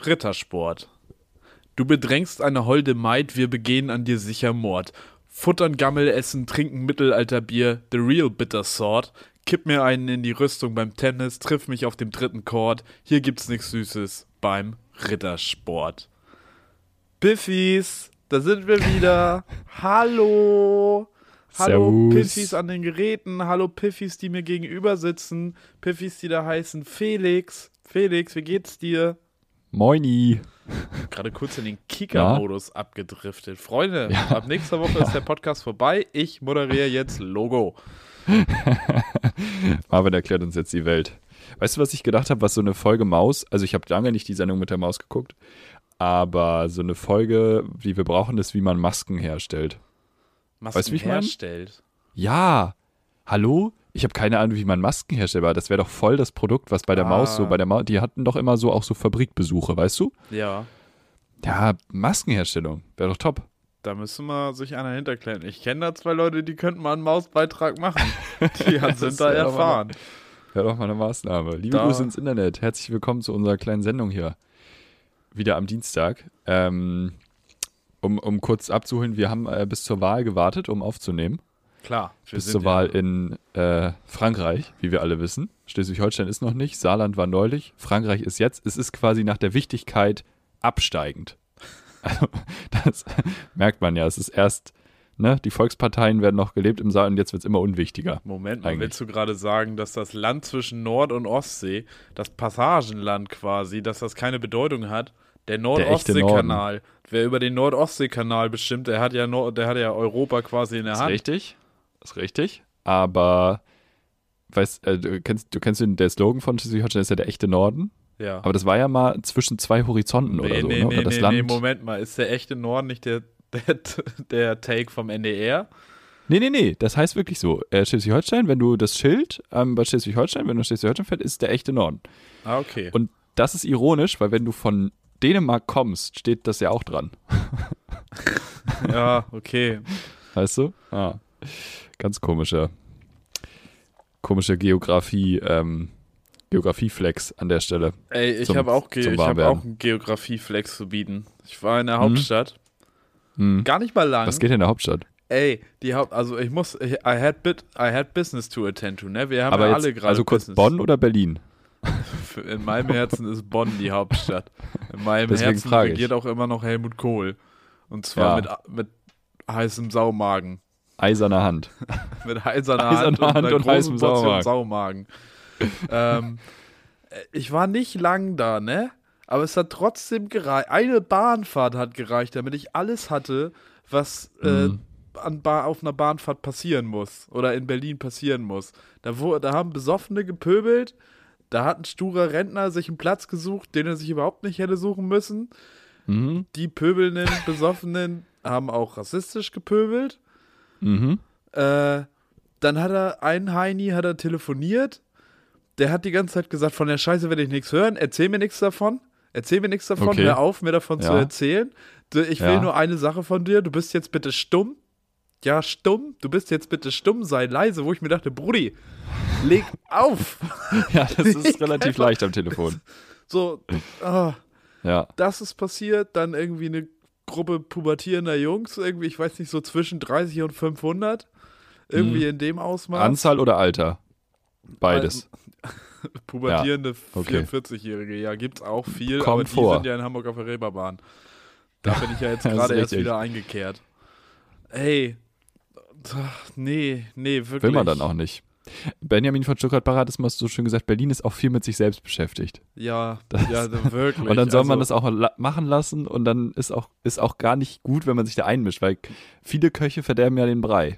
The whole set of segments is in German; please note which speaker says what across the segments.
Speaker 1: Rittersport. Du bedrängst eine holde Maid, wir begehen an dir sicher Mord. Futtern Gammel, essen, trinken Mittelalterbier, the real bitter sort. Kipp mir einen in die Rüstung beim Tennis, triff mich auf dem dritten Chord. Hier gibt's nichts Süßes beim Rittersport. Piffis, da sind wir wieder. Hallo. Hallo
Speaker 2: Servus.
Speaker 1: Piffis an den Geräten. Hallo Piffis, die mir gegenüber sitzen. Piffis, die da heißen Felix. Felix, wie geht's dir?
Speaker 2: Moini.
Speaker 1: Gerade kurz in den Kicker-Modus abgedriftet. Freunde, ab nächster Woche ist der Podcast vorbei. Ich moderiere jetzt Logo.
Speaker 2: Marvin erklärt uns jetzt die Welt. Weißt du, was ich gedacht habe, was so eine Folge Maus, also ich habe lange nicht die Sendung mit der Maus geguckt, aber so eine Folge, die wir brauchen, ist, wie man Masken herstellt. Weißt du, wie ich meine?
Speaker 1: herstellt?
Speaker 2: Ja. Hallo? Ich habe keine Ahnung, wie man Masken herstellt, aber das wäre doch voll das Produkt, was bei der Maus so, die hatten doch immer so auch so Fabrikbesuche, weißt du?
Speaker 1: Ja.
Speaker 2: Ja, Maskenherstellung, wäre doch top.
Speaker 1: Da müsste mal sich einer hinterklären. Ich kenne da 2 Leute, die könnten mal einen Mausbeitrag machen. Die sind da erfahren.
Speaker 2: Wäre doch mal eine Maßnahme. Liebe Grüße ins Internet. Herzlich willkommen zu unserer kleinen Sendung hier. Wieder am Dienstag. Um kurz abzuholen, wir haben bis zur Wahl gewartet, um aufzunehmen.
Speaker 1: Klar.
Speaker 2: Bis zur Wahl in Frankreich, wie wir alle wissen. Schleswig-Holstein ist noch nicht, Saarland war neulich, Frankreich ist jetzt. Es ist quasi nach der Wichtigkeit absteigend. Also, das merkt man ja. Es ist erst, ne, die Volksparteien werden noch gelebt im Saal und jetzt wird es immer unwichtiger.
Speaker 1: Moment mal, willst du gerade sagen, dass das Land zwischen Nord- und Ostsee, das Passagenland quasi, dass das keine Bedeutung hat? Der Nord-Ostsee-Kanal. Wer über den Nord-Ostsee-Kanal bestimmt, der hat ja Europa quasi in der Hand.
Speaker 2: Das ist richtig. Aber du kennst den Slogan von Schleswig-Holstein, ist ja der echte Norden.
Speaker 1: Ja.
Speaker 2: Aber das war ja mal zwischen 2 Horizonten oder so. Ne?
Speaker 1: Moment mal. Ist der echte Norden nicht der Take vom NDR?
Speaker 2: Nee. Das heißt wirklich so. Schleswig-Holstein, wenn du das Schild bei Schleswig-Holstein, wenn du Schleswig-Holstein fährst, ist der echte Norden.
Speaker 1: Ah, okay.
Speaker 2: Und das ist ironisch, weil wenn du von Dänemark kommst, steht das ja auch dran.
Speaker 1: Ja, okay.
Speaker 2: Weißt du? Ah. Ganz komische Geografieflex an der Stelle.
Speaker 1: Ey, ich habe auch einen Geografieflex zu bieten. Ich war in der Hauptstadt. Gar nicht mal lang.
Speaker 2: Was geht in der Hauptstadt?
Speaker 1: Ey, I had business to attend to, ne? Wir haben
Speaker 2: aber
Speaker 1: ja
Speaker 2: jetzt,
Speaker 1: alle gerade
Speaker 2: also kurz
Speaker 1: Business.
Speaker 2: Bonn oder Berlin?
Speaker 1: In meinem Herzen ist Bonn die Hauptstadt. In meinem
Speaker 2: Deswegen
Speaker 1: Herzen
Speaker 2: frage ich.
Speaker 1: regiert auch immer noch Helmut Kohl. Und zwar mit heißem Saumagen.
Speaker 2: Eiserner Hand.
Speaker 1: Mit eiserner Hand und einer großen
Speaker 2: heißem
Speaker 1: Portion Saumagen. Ich war nicht lang da, ne? Aber es hat trotzdem gereicht. Eine Bahnfahrt hat gereicht, damit ich alles hatte, was auf einer Bahnfahrt passieren muss. Oder in Berlin passieren muss. Da haben Besoffene gepöbelt. Da hat ein sturer Rentner sich einen Platz gesucht, den er sich überhaupt nicht hätte suchen müssen.
Speaker 2: Mhm.
Speaker 1: Die pöbelnden Besoffenen haben auch rassistisch gepöbelt.
Speaker 2: Mhm.
Speaker 1: Dann hat ein Heini
Speaker 2: Okay.
Speaker 1: telefoniert. Der hat die ganze Zeit gesagt, von der Scheiße werde ich nichts hören. Erzähl mir nichts davon.
Speaker 2: Okay.
Speaker 1: Hör auf, mir davon zu erzählen. Ich will nur eine Sache von dir. Du bist jetzt bitte stumm. Ja, stumm. Du bist jetzt bitte stumm. Sei leise. Wo ich mir dachte, Brudi, leg auf.
Speaker 2: Ja, das ist relativ leicht am Telefon.
Speaker 1: So,
Speaker 2: Ja.
Speaker 1: das ist passiert. Dann irgendwie eine Gruppe pubertierender Jungs. Irgendwie, ich weiß nicht, so zwischen 30 und 500. Irgendwie in dem Ausmaß.
Speaker 2: Anzahl oder Alter? Beides.
Speaker 1: Pubertierende
Speaker 2: okay.
Speaker 1: 44-Jährige, ja, gibt's auch viel,
Speaker 2: Kommt
Speaker 1: aber die
Speaker 2: vor.
Speaker 1: sind ja in Hamburg auf der Reeperbahn. Da bin ich ja jetzt
Speaker 2: Das ist
Speaker 1: gerade erst
Speaker 2: richtig.
Speaker 1: wieder eingekehrt. Ey, nee, wirklich.
Speaker 2: Will man dann auch nicht. Benjamin von Stuttgart-Barre hat es mal so schön gesagt, Berlin ist auch viel mit sich selbst beschäftigt.
Speaker 1: Ja, wirklich.
Speaker 2: Und dann soll man das auch machen lassen und dann ist auch gar nicht gut, wenn man sich da einmischt, weil viele Köche verderben ja den Brei.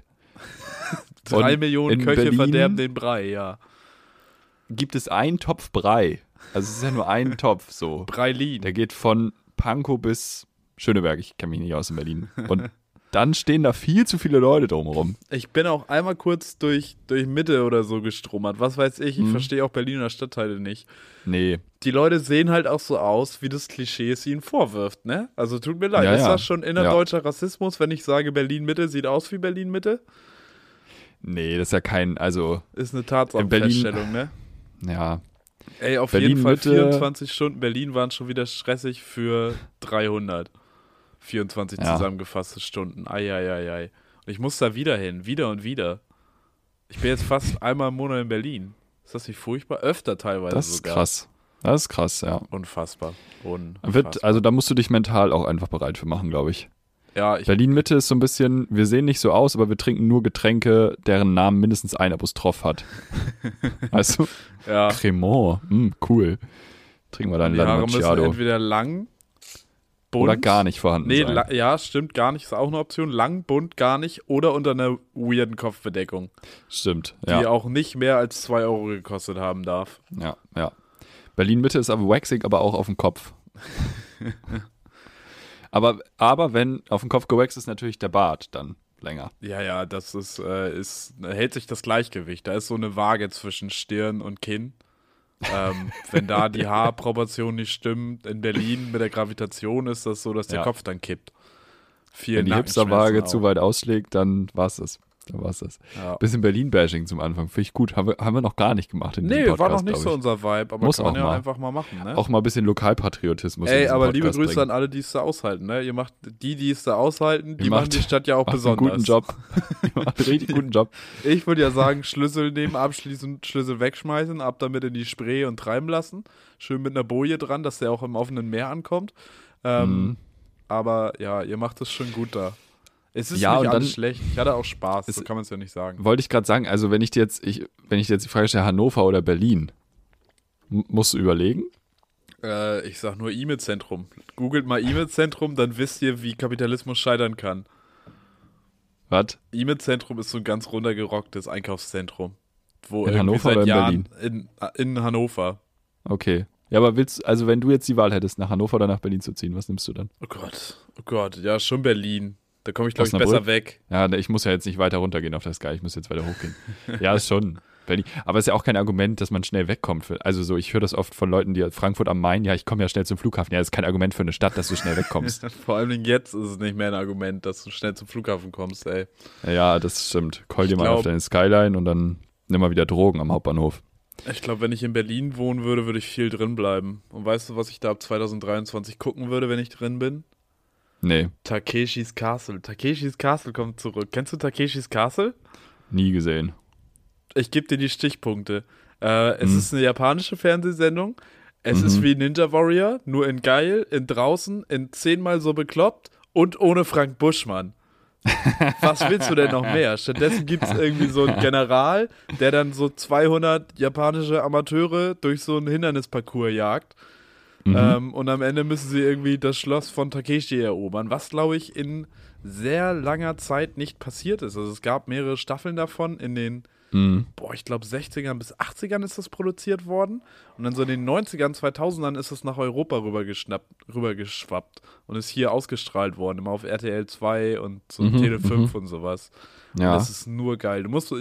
Speaker 1: 3 Millionen Köche
Speaker 2: Berlin
Speaker 1: verderben den Brei, ja.
Speaker 2: Gibt es einen Topf Brei. Also es ist ja nur ein Topf so.
Speaker 1: Breilin.
Speaker 2: Der geht von Pankow bis Schöneberg. Ich kenne mich nicht aus in Berlin. Und dann stehen da viel zu viele Leute drumherum.
Speaker 1: Ich bin auch einmal kurz durch Mitte oder so gestromert. Was weiß ich verstehe auch Berliner Stadtteile nicht.
Speaker 2: Nee.
Speaker 1: Die Leute sehen halt auch so aus, wie das Klischee es ihnen vorwirft, ne? Also tut mir leid,
Speaker 2: Ja,
Speaker 1: ist
Speaker 2: ja.
Speaker 1: das schon innerdeutscher Rassismus, wenn ich sage, Berlin-Mitte sieht aus wie Berlin-Mitte?
Speaker 2: Nee, das ist ja kein, also
Speaker 1: Ist eine Tatsachenfeststellung, ne?
Speaker 2: ja.
Speaker 1: Ey, auf
Speaker 2: Berlin
Speaker 1: jeden Fall
Speaker 2: Mitte.
Speaker 1: 24 Stunden. Berlin waren schon wieder stressig für 300. 24
Speaker 2: Ja.
Speaker 1: zusammengefasste Stunden. Eieiei. Und ich muss da wieder hin. Wieder und wieder. Ich bin jetzt fast einmal im Monat in Berlin. Ist das nicht furchtbar? Öfter teilweise
Speaker 2: Das ist
Speaker 1: sogar.
Speaker 2: krass. Das ist krass, ja.
Speaker 1: Unfassbar.
Speaker 2: Also da musst du dich mental auch einfach bereit für machen, glaube ich.
Speaker 1: Ja,
Speaker 2: Berlin-Mitte ist so ein bisschen, wir sehen nicht so aus, aber wir trinken nur Getränke, deren Namen mindestens ein Apostroph hat. Weißt du?
Speaker 1: ja.
Speaker 2: Cremant, cool. Trinken wir dann
Speaker 1: Die Haare müssen
Speaker 2: Macchiato.
Speaker 1: entweder lang, bunt.
Speaker 2: Oder gar nicht vorhanden
Speaker 1: Nee,
Speaker 2: sein.
Speaker 1: ja, stimmt, gar nicht. Ist auch eine Option. Lang, bunt, gar nicht. Oder unter einer weirden Kopfbedeckung.
Speaker 2: Stimmt,
Speaker 1: Die
Speaker 2: ja.
Speaker 1: auch nicht mehr als 2 Euro gekostet haben darf.
Speaker 2: Ja. Berlin-Mitte ist aber waxig, aber auch auf dem Kopf. aber wenn auf dem Kopf gewaxt ist, natürlich der Bart dann länger.
Speaker 1: Ja, das hält sich das Gleichgewicht. Da ist so eine Waage zwischen Stirn und Kinn. Wenn da die Haarproportion nicht stimmt, in Berlin mit der Gravitation ist das so, dass der
Speaker 2: Ja.
Speaker 1: Kopf dann kippt. Viel
Speaker 2: Wenn die
Speaker 1: Nackenschmerzen
Speaker 2: Hipsterwaage
Speaker 1: auch.
Speaker 2: zu weit ausschlägt, dann war's das.
Speaker 1: Ja.
Speaker 2: Bisschen Berlin-Bashing zum Anfang. Finde ich gut. Haben wir noch gar nicht gemacht in diesem
Speaker 1: Nee,
Speaker 2: Podcast,
Speaker 1: war noch nicht
Speaker 2: glaub
Speaker 1: so
Speaker 2: ich.
Speaker 1: unser Vibe, aber
Speaker 2: Muss
Speaker 1: kann man
Speaker 2: auch
Speaker 1: ja
Speaker 2: mal.
Speaker 1: einfach mal machen, ne?
Speaker 2: Auch mal ein bisschen Lokalpatriotismus in
Speaker 1: Ey,
Speaker 2: diesen
Speaker 1: aber liebe
Speaker 2: Podcast
Speaker 1: Grüße
Speaker 2: bringen.
Speaker 1: an alle, die es da aushalten, ne? Ihr macht die es da aushalten, die
Speaker 2: Ihr
Speaker 1: machen
Speaker 2: macht-
Speaker 1: die Stadt ja auch
Speaker 2: Macht
Speaker 1: besonders.
Speaker 2: einen guten Job. Ihr macht einen richtig guten Job.
Speaker 1: Ich würde ja sagen, Schlüssel nehmen, abschließen, Schlüssel wegschmeißen, ab damit in die Spree und treiben lassen. Schön mit einer Boje dran, dass der auch im offenen Meer ankommt. Aber ja, ihr macht es schon gut da. Es ist
Speaker 2: Ja,
Speaker 1: nicht
Speaker 2: und
Speaker 1: alles
Speaker 2: dann-
Speaker 1: schlecht. Ich hatte auch Spaß,
Speaker 2: Es-
Speaker 1: so kann man es ja nicht sagen.
Speaker 2: Wollte ich gerade sagen, also wenn ich dir jetzt die Frage stelle, Hannover oder Berlin, musst du überlegen?
Speaker 1: Ich sag nur E-Mail-Zentrum. Googelt mal E-Mail-Zentrum, dann wisst ihr, wie Kapitalismus scheitern kann.
Speaker 2: Was?
Speaker 1: E-Mail-Zentrum ist so ein ganz runtergerocktes Einkaufszentrum. Wo
Speaker 2: In
Speaker 1: irgendwie
Speaker 2: Hannover
Speaker 1: seit
Speaker 2: oder in
Speaker 1: Jahren in Hannover.
Speaker 2: Okay. Ja, aber also wenn du jetzt die Wahl hättest, nach Hannover oder nach Berlin zu ziehen, was nimmst du dann?
Speaker 1: Oh Gott, ja, schon Berlin. Da komme ich, glaube ich, besser
Speaker 2: Osnabrück?
Speaker 1: weg.
Speaker 2: Ja, ich muss ja jetzt nicht weiter runtergehen auf der Sky, ich muss jetzt weiter hochgehen. Ja, ist schon. Berlin. Aber es ist ja auch kein Argument, dass man schnell wegkommt. Also so, ich höre das oft von Leuten, die Frankfurt am Main, ja, ich komme ja schnell zum Flughafen. Ja, das ist kein Argument für eine Stadt, dass du schnell wegkommst.
Speaker 1: Vor allem jetzt ist es nicht mehr ein Argument, dass du schnell zum Flughafen kommst, ey.
Speaker 2: Ja, das stimmt. Call dir
Speaker 1: Ich
Speaker 2: mal
Speaker 1: glaub-
Speaker 2: auf deine Skyline und dann nimm mal wieder Drogen am Hauptbahnhof.
Speaker 1: Ich glaube, wenn ich in Berlin wohnen würde, würde ich viel drin bleiben. Und weißt du, was ich da ab 2023 gucken würde, wenn ich drin bin?
Speaker 2: Nee,
Speaker 1: Takeshis Castle. Takeshis Castle kommt zurück. Kennst du Takeshis Castle?
Speaker 2: nie gesehen.
Speaker 1: Ich gebe dir die Stichpunkte. Es ist eine japanische Fernsehsendung. Es ist wie Ninja Warrior, nur in geil, in draußen, in 10-mal so bekloppt und ohne Frank Buschmann. Was willst du denn noch mehr? Stattdessen gibt es irgendwie so einen General, der dann so 200 japanische Amateure durch so einen Hindernisparcours jagt. Und am Ende müssen sie irgendwie das Schloss von Takeshi erobern, was, glaube ich, in sehr langer Zeit nicht passiert ist. Also es gab mehrere Staffeln davon in den, ich glaube 60ern bis 80ern ist das produziert worden. Und dann so in den 90ern, 2000ern ist es nach Europa rübergeschwappt und ist hier ausgestrahlt worden, immer auf RTL 2 und so Tele 5 und sowas.
Speaker 2: Ja.
Speaker 1: Und das ist nur geil.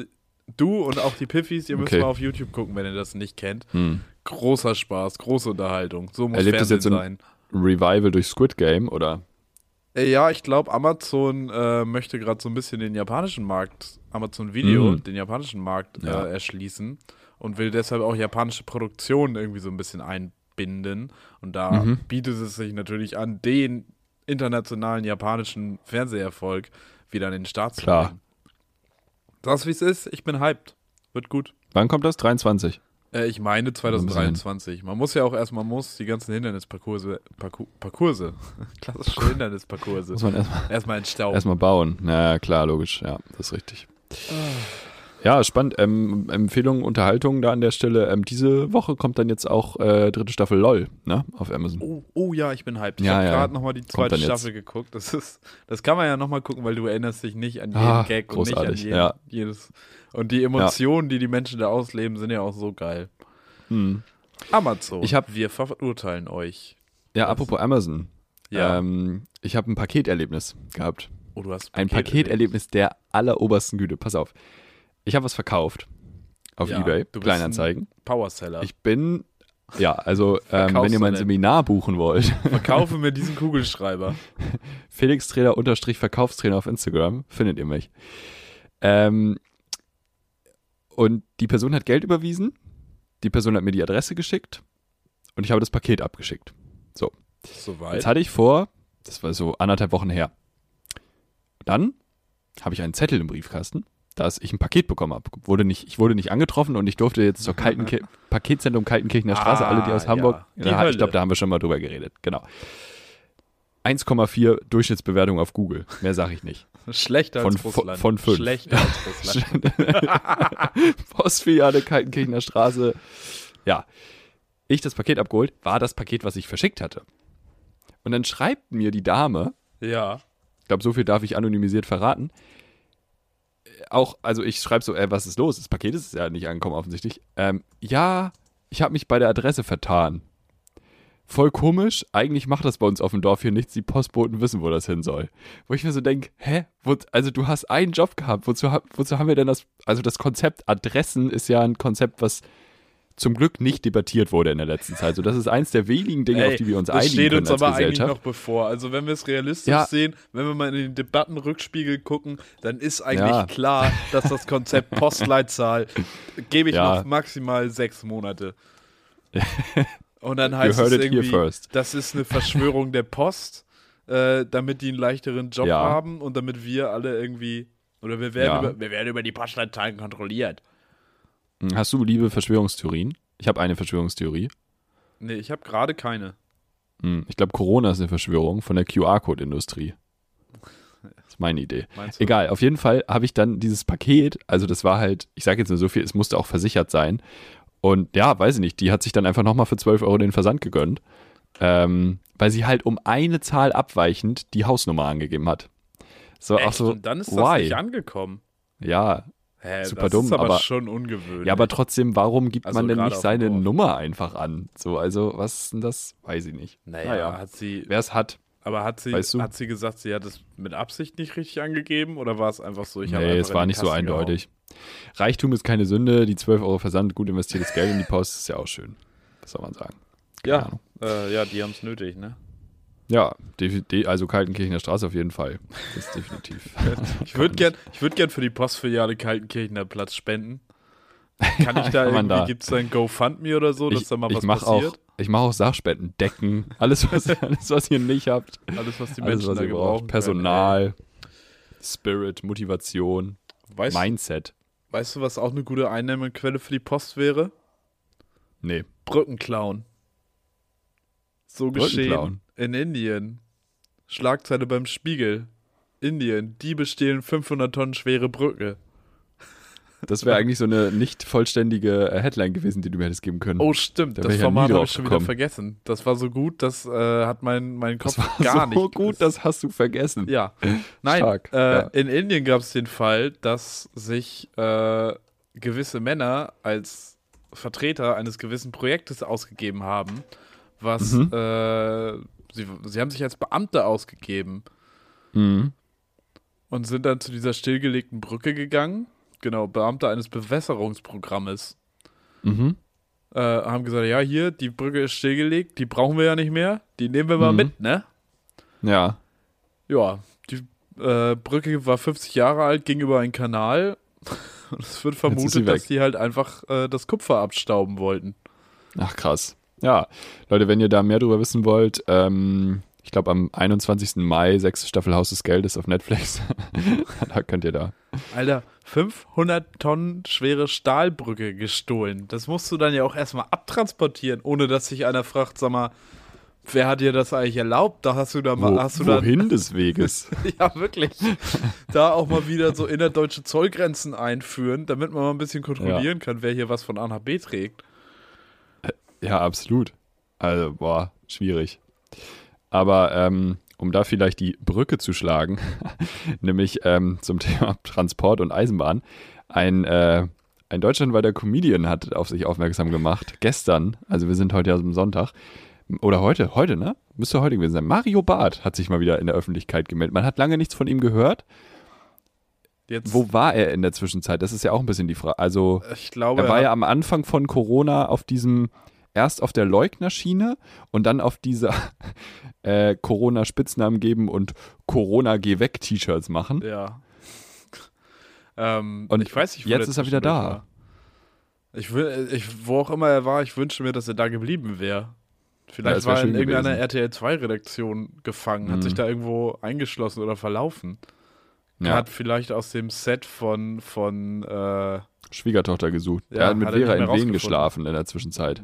Speaker 1: Du und auch die Piffis, ihr müsst
Speaker 2: Okay.
Speaker 1: mal auf YouTube gucken, wenn ihr das nicht kennt. Großer Spaß, große Unterhaltung. So muss
Speaker 2: Erlebt das
Speaker 1: Fernsehen
Speaker 2: jetzt so
Speaker 1: sein.
Speaker 2: ein Revival durch Squid Game, oder?
Speaker 1: Ja, ich glaube, Amazon möchte gerade so ein bisschen den japanischen Markt, Amazon Video, den japanischen Markt
Speaker 2: Ja.
Speaker 1: erschließen und will deshalb auch japanische Produktionen irgendwie so ein bisschen einbinden. Und da bietet es sich natürlich an, den internationalen japanischen Fernseherfolg wieder an den Start zu
Speaker 2: Klar.
Speaker 1: bringen. Das, wie es ist, ich bin hyped. Wird gut.
Speaker 2: Wann kommt das? 23.
Speaker 1: Ich meine 2023. Man muss ja auch erstmal die ganzen Hindernisparcourse, klassische Hindernisparcourse,
Speaker 2: Muss man
Speaker 1: erstmal entstauben.
Speaker 2: erstmal bauen. Na klar, logisch. Ja, das ist richtig. Ja, spannend. Empfehlungen, Unterhaltung da an der Stelle. Diese Woche kommt dann jetzt auch dritte Staffel LOL, ne? Auf Amazon.
Speaker 1: Oh ja, ich bin hyped. Ich
Speaker 2: Ja,
Speaker 1: habe
Speaker 2: ja.
Speaker 1: gerade nochmal die zweite
Speaker 2: dann jetzt.
Speaker 1: Staffel geguckt. Das kann man ja nochmal gucken, weil du erinnerst dich nicht an jeden Gag und nicht an
Speaker 2: großartig, ja.
Speaker 1: jedes. Und die Emotionen, die Menschen da ausleben, sind ja auch so geil. Amazon, wir verurteilen euch.
Speaker 2: Ja, apropos Amazon.
Speaker 1: Ja.
Speaker 2: Ich habe ein Paketerlebnis gehabt.
Speaker 1: Oh, du hast
Speaker 2: Ein Paketerlebnis der allerobersten Güte. Pass auf. Ich habe was verkauft auf
Speaker 1: Ja,
Speaker 2: eBay,
Speaker 1: du bist
Speaker 2: Kleinanzeigen.
Speaker 1: Powerseller.
Speaker 2: Ich bin, wenn ihr mein Seminar buchen wollt,
Speaker 1: Verkaufe mir diesen Kugelschreiber.
Speaker 2: Felixtrainer_Verkaufstrainer auf Instagram, findet ihr mich. Und die Person hat Geld überwiesen, Die Person hat mir die Adresse geschickt und ich habe das Paket abgeschickt. So.
Speaker 1: Soweit.
Speaker 2: Jetzt hatte ich vor, das war so 1,5 Wochen her. Dann habe ich einen Zettel im Briefkasten, dass ich ein Paket bekommen habe. Ich wurde nicht angetroffen und ich durfte jetzt zur Paketzentrum Kaltenkirchener Straße, alle die aus Hamburg.
Speaker 1: Ja,
Speaker 2: ich glaube, da haben wir schon mal drüber geredet. Genau. 1,4 Durchschnittsbewertung auf Google. Mehr sage ich nicht.
Speaker 1: Schlechter als Russland.
Speaker 2: Von 5.
Speaker 1: Schlechter als Russland.
Speaker 2: Postfiliale Kaltenkirchener Straße. Ja. Ich das Paket abgeholt, war das Paket, was ich verschickt hatte. Und dann schreibt mir die Dame,
Speaker 1: Ja.
Speaker 2: ich glaube, so viel darf ich anonymisiert verraten, auch, also ich schreibe so, was ist los? Das Paket ist ja nicht angekommen offensichtlich. Ja, ich habe mich bei der Adresse vertan. Voll komisch, eigentlich macht das bei uns auf dem Dorf hier nichts, die Postboten wissen, wo das hin soll. Wo ich mir so denke, also du hast einen Job gehabt, wozu haben wir denn das, also das Konzept Adressen ist ja ein Konzept, was zum Glück nicht debattiert wurde in der letzten Zeit. So, das ist eins der wenigen Dinge, auf die wir uns einigen können als Gesellschaft.
Speaker 1: Das steht uns aber eigentlich noch bevor. Also wenn wir es realistisch sehen, wenn wir mal in den Debattenrückspiegel gucken, dann ist eigentlich klar, dass das Konzept Postleitzahl gebe ich noch maximal 6 Monate. Und dann heißt es irgendwie, das ist eine Verschwörung der Post, damit die einen leichteren Job haben und damit wir alle irgendwie, oder wir werden über die Postleitzahlen kontrolliert.
Speaker 2: Hast du liebe Verschwörungstheorien? Ich habe eine Verschwörungstheorie.
Speaker 1: Nee, ich habe gerade keine.
Speaker 2: Ich glaube, Corona ist eine Verschwörung von der QR-Code-Industrie. Das ist meine Idee. Egal, auf jeden Fall habe ich dann dieses Paket, also das war halt, ich sage jetzt nur so viel, es musste auch versichert sein. Und ja, weiß ich nicht, die hat sich dann einfach nochmal für 12 Euro den Versand gegönnt, weil sie halt um eine Zahl abweichend die Hausnummer angegeben hat. So,
Speaker 1: echt?
Speaker 2: Auch so,
Speaker 1: und dann ist das nicht angekommen?
Speaker 2: Ja, super
Speaker 1: das
Speaker 2: dumm.
Speaker 1: Das ist aber schon ungewöhnlich.
Speaker 2: Ja, aber trotzdem, warum gibt
Speaker 1: Also
Speaker 2: man denn nicht seine
Speaker 1: Dorf.
Speaker 2: Nummer einfach an? So, also, was ist denn das? Weiß ich nicht.
Speaker 1: Naja.
Speaker 2: Wer es hat.
Speaker 1: Aber hat sie gesagt, sie hat es mit Absicht nicht richtig angegeben oder war es einfach so,
Speaker 2: Nee, es war nicht so eindeutig. Reichtum ist keine Sünde, die 12 Euro Versand, gut investiertes Geld in die Post ist ja auch schön. Was soll man sagen?
Speaker 1: Ja, die haben es nötig, ne?
Speaker 2: Ja, also Kaltenkirchener Straße auf jeden Fall. Das ist definitiv.
Speaker 1: Ich würde gern für die Postfiliale Kaltenkirchener Platz spenden. Kann ich da irgendwie, gibt es da ein GoFundMe oder so, dass da mal was passiert?
Speaker 2: Ich mache auch Sachspenden, Decken, alles was ihr nicht habt.
Speaker 1: Alles, was die Menschen da gebrauchen.
Speaker 2: Personal, Spirit, Motivation, Mindset.
Speaker 1: Weißt du, was auch eine gute Einnahmequelle für die Post wäre? Brückenklauen. So geschehen in Indien. Schlagzeile beim Spiegel. Indien. Diebe stehlen 500 Tonnen schwere Brücke.
Speaker 2: Das wäre eigentlich so eine nicht vollständige Headline gewesen, die du mir hättest geben können.
Speaker 1: Oh, stimmt. Das Format habe ich schon wieder vergessen. Das war so gut, das hat mein Kopf gar nicht.
Speaker 2: So gut, das hast du vergessen.
Speaker 1: Ja. Nein,
Speaker 2: stark.
Speaker 1: In Indien gab es den Fall, dass sich gewisse Männer als Vertreter eines gewissen Projektes ausgegeben haben, was sie haben sich als Beamte ausgegeben und sind dann zu dieser stillgelegten Brücke gegangen. Genau, Beamter eines Bewässerungsprogrammes. Haben gesagt, ja, hier, die Brücke ist stillgelegt, die brauchen wir ja nicht mehr, die nehmen wir mal mit, ne?
Speaker 2: Ja.
Speaker 1: Ja, die Brücke war 50 Jahre alt, ging über einen Kanal und es wird vermutet, dass die halt einfach das Kupfer abstauben wollten.
Speaker 2: Ach, krass. Ja, Leute, wenn ihr da mehr drüber wissen wollt, ich glaube am 21. Mai, 6. Staffel Haus des Geldes auf Netflix. Da könnt ihr da.
Speaker 1: Alter, 500 Tonnen schwere Stahlbrücke gestohlen. Das musst du dann ja auch erstmal abtransportieren, ohne dass sich einer fragt, sag mal, wer hat dir das eigentlich erlaubt? Da hast du da mal.
Speaker 2: Wohin des Weges?
Speaker 1: Ja, wirklich. Da auch mal wieder so innerdeutsche Zollgrenzen einführen, damit man mal ein bisschen kontrollieren kann, wer hier was von A nach B trägt.
Speaker 2: Ja, absolut. Also, schwierig. Aber um da vielleicht die Brücke zu schlagen, nämlich zum Thema Transport und Eisenbahn, ein deutschlandweiter Comedian hat auf sich aufmerksam gemacht, gestern, also wir sind heute ja am Sonntag, oder heute, ne? Müsste heute gewesen sein. Mario Barth hat sich mal wieder in der Öffentlichkeit gemeldet. Man hat lange nichts von ihm gehört. Wo war er in der Zwischenzeit? Das ist ja auch ein bisschen die Frage. Also,
Speaker 1: ich glaube,
Speaker 2: er war ja am Anfang von Corona erst auf der Leugnerschiene und dann auf dieser Corona-Spitznamen geben und Corona-Geh-Weg-T-Shirts machen.
Speaker 1: Ja.
Speaker 2: Und
Speaker 1: ich weiß nicht,
Speaker 2: jetzt ist er wieder da.
Speaker 1: Wo auch immer er war, ich wünschte mir, dass er da geblieben wäre. Vielleicht
Speaker 2: es wär
Speaker 1: war er in
Speaker 2: schön
Speaker 1: irgendeiner
Speaker 2: gewesen.
Speaker 1: RTL 2-Redaktion gefangen, hat sich da irgendwo eingeschlossen oder verlaufen. Er
Speaker 2: Ja,
Speaker 1: hat vielleicht aus dem Set von
Speaker 2: Schwiegertochter gesucht.
Speaker 1: Ja,
Speaker 2: Er hat mit
Speaker 1: hat er nicht
Speaker 2: Vera
Speaker 1: mehr
Speaker 2: in Wien
Speaker 1: rausgefunden.
Speaker 2: geschlafen in der Zwischenzeit.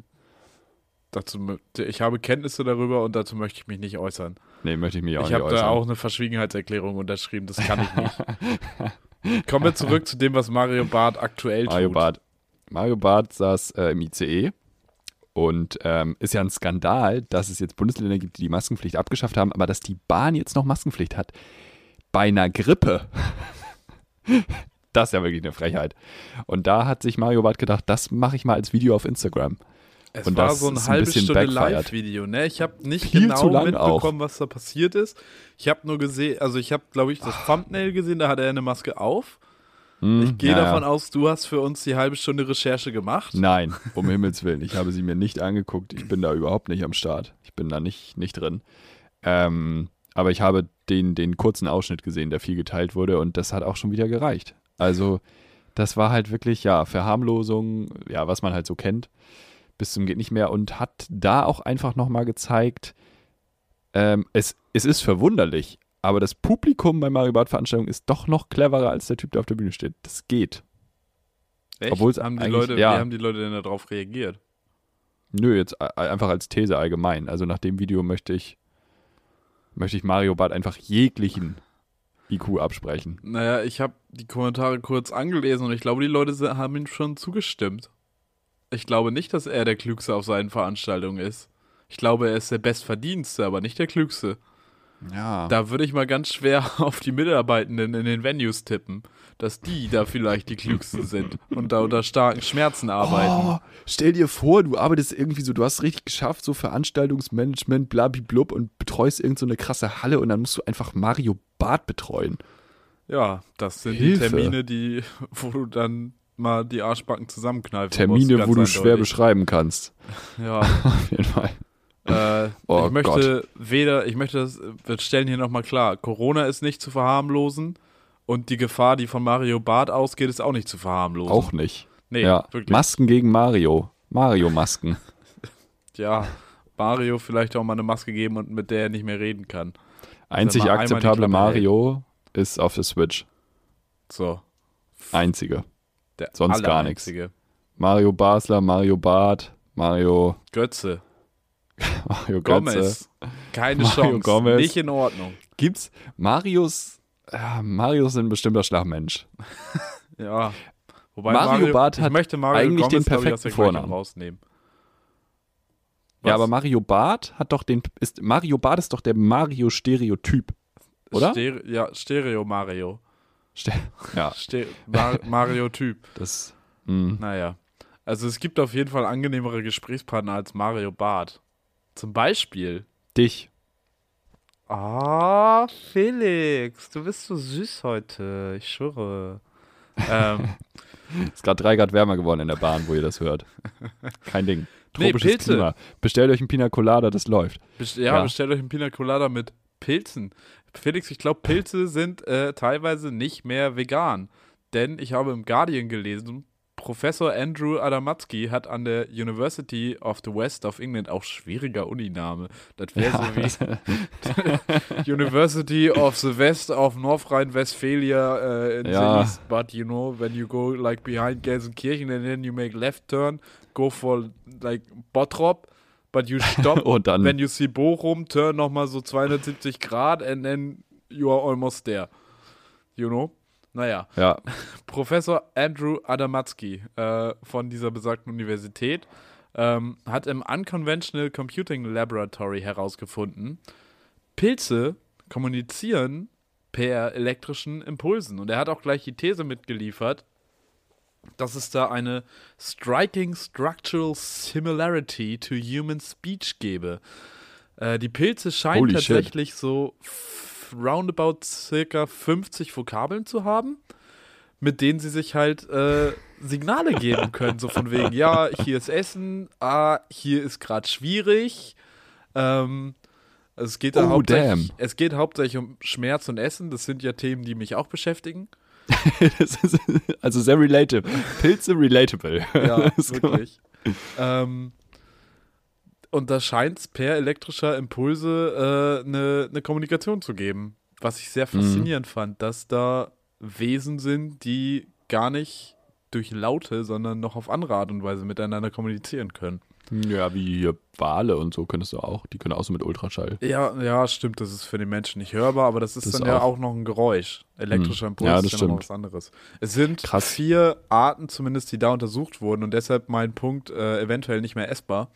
Speaker 1: ich habe Kenntnisse darüber und dazu möchte ich mich nicht äußern.
Speaker 2: Nee, möchte ich mich auch
Speaker 1: Ich
Speaker 2: nicht
Speaker 1: habe da
Speaker 2: äußern.
Speaker 1: auch eine Verschwiegenheitserklärung unterschrieben, das kann ich nicht. Kommen wir zurück zu dem, was Mario Barth aktuell tut.
Speaker 2: Mario Barth saß im ICE und ist ja ein Skandal, dass es jetzt Bundesländer gibt, die die Maskenpflicht abgeschafft haben, aber dass die Bahn jetzt noch Maskenpflicht hat. Bei einer Grippe. Das ist ja wirklich eine Frechheit. Und da hat sich Mario Barth gedacht, das mache ich mal als Video auf Instagram.
Speaker 1: Es
Speaker 2: Und
Speaker 1: war
Speaker 2: das
Speaker 1: so eine
Speaker 2: ist ein
Speaker 1: halbe
Speaker 2: bisschen
Speaker 1: Stunde
Speaker 2: backfired.
Speaker 1: Live-Video, ne? Ich habe nicht
Speaker 2: Viel
Speaker 1: genau
Speaker 2: zu lang
Speaker 1: mitbekommen,
Speaker 2: auch.
Speaker 1: was da passiert ist. Ich habe nur gesehen, also ich habe, glaube ich, das Thumbnail gesehen, da hat er eine Maske auf. Ich gehe davon aus, du hast für uns die halbe Stunde Recherche gemacht.
Speaker 2: Nein, um Himmels Willen. Ich habe sie mir nicht angeguckt. Ich bin da überhaupt nicht am Start. Ich bin da nicht drin. Aber ich habe den kurzen Ausschnitt gesehen, der viel geteilt wurde und das hat auch schon wieder gereicht. Also das war halt wirklich, ja, Verharmlosung, ja, was man halt so kennt, bis zum geht nicht mehr und hat da auch einfach nochmal gezeigt, es ist verwunderlich, aber das Publikum bei Mario Barth Veranstaltungen ist doch noch cleverer als der Typ, der auf der Bühne steht. Das geht.
Speaker 1: Echt?
Speaker 2: Obwohl es
Speaker 1: Haben die
Speaker 2: eigentlich-
Speaker 1: Leute,
Speaker 2: ja.
Speaker 1: Wie haben die Leute denn darauf reagiert?
Speaker 2: Nö, jetzt einfach als These allgemein. Also nach dem Video möchte ich Mario Barth einfach jeglichen IQ absprechen.
Speaker 1: Naja, ich habe die Kommentare kurz angelesen und ich glaube, die Leute haben ihm schon zugestimmt. Ich glaube nicht, dass er der Klügste auf seinen Veranstaltungen ist. Ich glaube, er ist der Bestverdienste, aber nicht der Klügste.
Speaker 2: Ja.
Speaker 1: Da würde ich mal ganz schwer auf die Mitarbeitenden in den Venues tippen, dass die da vielleicht die Klügsten sind und da unter starken Schmerzen arbeiten.
Speaker 2: Oh, stell dir vor, du arbeitest irgendwie so, du hast richtig geschafft, so Veranstaltungsmanagement, blablablub und betreust irgend so eine krasse Halle und dann musst du einfach Mario Barth betreuen.
Speaker 1: Ja, das sind
Speaker 2: Hilfe.
Speaker 1: die Termine, wo du dann mal die Arschbacken zusammenkneifen musst.
Speaker 2: Termine,
Speaker 1: ganz
Speaker 2: wo du schwer
Speaker 1: eindeutig.
Speaker 2: beschreiben kannst.
Speaker 1: Ja,
Speaker 2: Auf jeden Fall. Oh
Speaker 1: ich möchte wir stellen hier nochmal klar, Corona ist nicht zu verharmlosen und die Gefahr, die von Mario Barth ausgeht, ist auch nicht zu verharmlosen.
Speaker 2: Auch nicht.
Speaker 1: Nee,
Speaker 2: Ja.
Speaker 1: wirklich.
Speaker 2: Masken gegen Mario. Mario-Masken.
Speaker 1: Ja, Mario vielleicht auch mal eine Maske geben und mit der er nicht mehr reden kann.
Speaker 2: Einzig
Speaker 1: einmal die
Speaker 2: akzeptable
Speaker 1: Klappe
Speaker 2: Mario ist auf der Switch.
Speaker 1: So,
Speaker 2: Einzige.
Speaker 1: der
Speaker 2: Sonst gar nichts.
Speaker 1: Allereinzige.
Speaker 2: Mario Basler, Mario Barth, Mario
Speaker 1: Götze,
Speaker 2: Götze.
Speaker 1: Gomez, keine
Speaker 2: Mario
Speaker 1: Chance,
Speaker 2: Gomez.
Speaker 1: nicht in Ordnung.
Speaker 2: Gibt's Marios sind ein bestimmter Schlagmensch.
Speaker 1: Ja, wobei
Speaker 2: Mario Barth
Speaker 1: ich
Speaker 2: hat
Speaker 1: möchte Mario
Speaker 2: eigentlich den
Speaker 1: Gomez, glaub ich, aus der
Speaker 2: perfekten
Speaker 1: Gleichung
Speaker 2: Vornamen.
Speaker 1: rausnehmen.
Speaker 2: Ja,
Speaker 1: Was?
Speaker 2: aber Mario Barth Mario Barth ist doch der Mario-Stereotyp, oder?
Speaker 1: Stereo Mario.
Speaker 2: Ja,
Speaker 1: Mario-Typ.
Speaker 2: das,
Speaker 1: Naja. Also es gibt auf jeden Fall angenehmere Gesprächspartner als Mario Barth. Zum Beispiel.
Speaker 2: dich.
Speaker 1: Ah, Felix, du bist so süß heute. Ich schwöre.
Speaker 2: Ist gerade 3 Grad wärmer geworden in der Bahn, wo ihr das hört. Kein Ding.
Speaker 1: Nee,
Speaker 2: Tropisches
Speaker 1: Pilze.
Speaker 2: Klima. Bestellt euch ein Pina Colada, das läuft. Ja.
Speaker 1: Bestellt euch einen Pina Colada mit Pilzen. Felix, ich glaube, Pilze sind teilweise nicht mehr vegan. Denn ich habe im Guardian gelesen, Professor Andrew Adamatsky hat an der University of the West of England, auch schwieriger Uniname, das wäre so wie University of the West of North Rhine-Westphalia in
Speaker 2: Ja.
Speaker 1: the East, but you know, when you go like behind Gelsenkirchen and then you make left turn, go for like Bottrop, but you stop
Speaker 2: Und dann,
Speaker 1: when you see Bochum, turn nochmal so 270 Grad and then you are almost there. You know? Naja,
Speaker 2: ja,
Speaker 1: Professor Andrew Adamatsky von dieser besagten Universität hat im Unconventional Computing Laboratory herausgefunden, Pilze kommunizieren per elektrischen Impulsen. Und er hat auch gleich die These mitgeliefert, dass es da eine striking structural similarity to human speech gäbe. Die Pilze scheinen
Speaker 2: Holy shit.
Speaker 1: tatsächlich so roundabout circa 50 Vokabeln zu haben, mit denen sie sich halt Signale geben können. So von wegen, ja, hier ist Essen, hier ist gerade schwierig. Also es geht,
Speaker 2: Oh, damn.
Speaker 1: es geht hauptsächlich um Schmerz und Essen. Das sind ja Themen, die mich auch beschäftigen.
Speaker 2: Das ist also sehr relatable. Pilze relatable.
Speaker 1: Ja,
Speaker 2: Das kann man-
Speaker 1: wirklich. Und da scheint es per elektrischer Impulse eine Kommunikation zu geben. Was ich sehr faszinierend fand, dass da Wesen sind, die gar nicht durch Laute, sondern noch auf andere Art und Weise miteinander kommunizieren können.
Speaker 2: Ja, wie hier Wale und so könntest du auch. Die können auch so mit Ultraschall.
Speaker 1: Ja, stimmt, das ist für den Menschen nicht hörbar, aber das ist
Speaker 2: Das
Speaker 1: dann ja
Speaker 2: auch.
Speaker 1: auch noch ein Geräusch. Elektrischer Impuls
Speaker 2: Ja,
Speaker 1: ist
Speaker 2: das
Speaker 1: ja noch mal
Speaker 2: stimmt.
Speaker 1: was anderes. Es sind
Speaker 2: Krass.
Speaker 1: 4 Arten zumindest, die da untersucht wurden und deshalb mein Punkt eventuell nicht mehr essbar.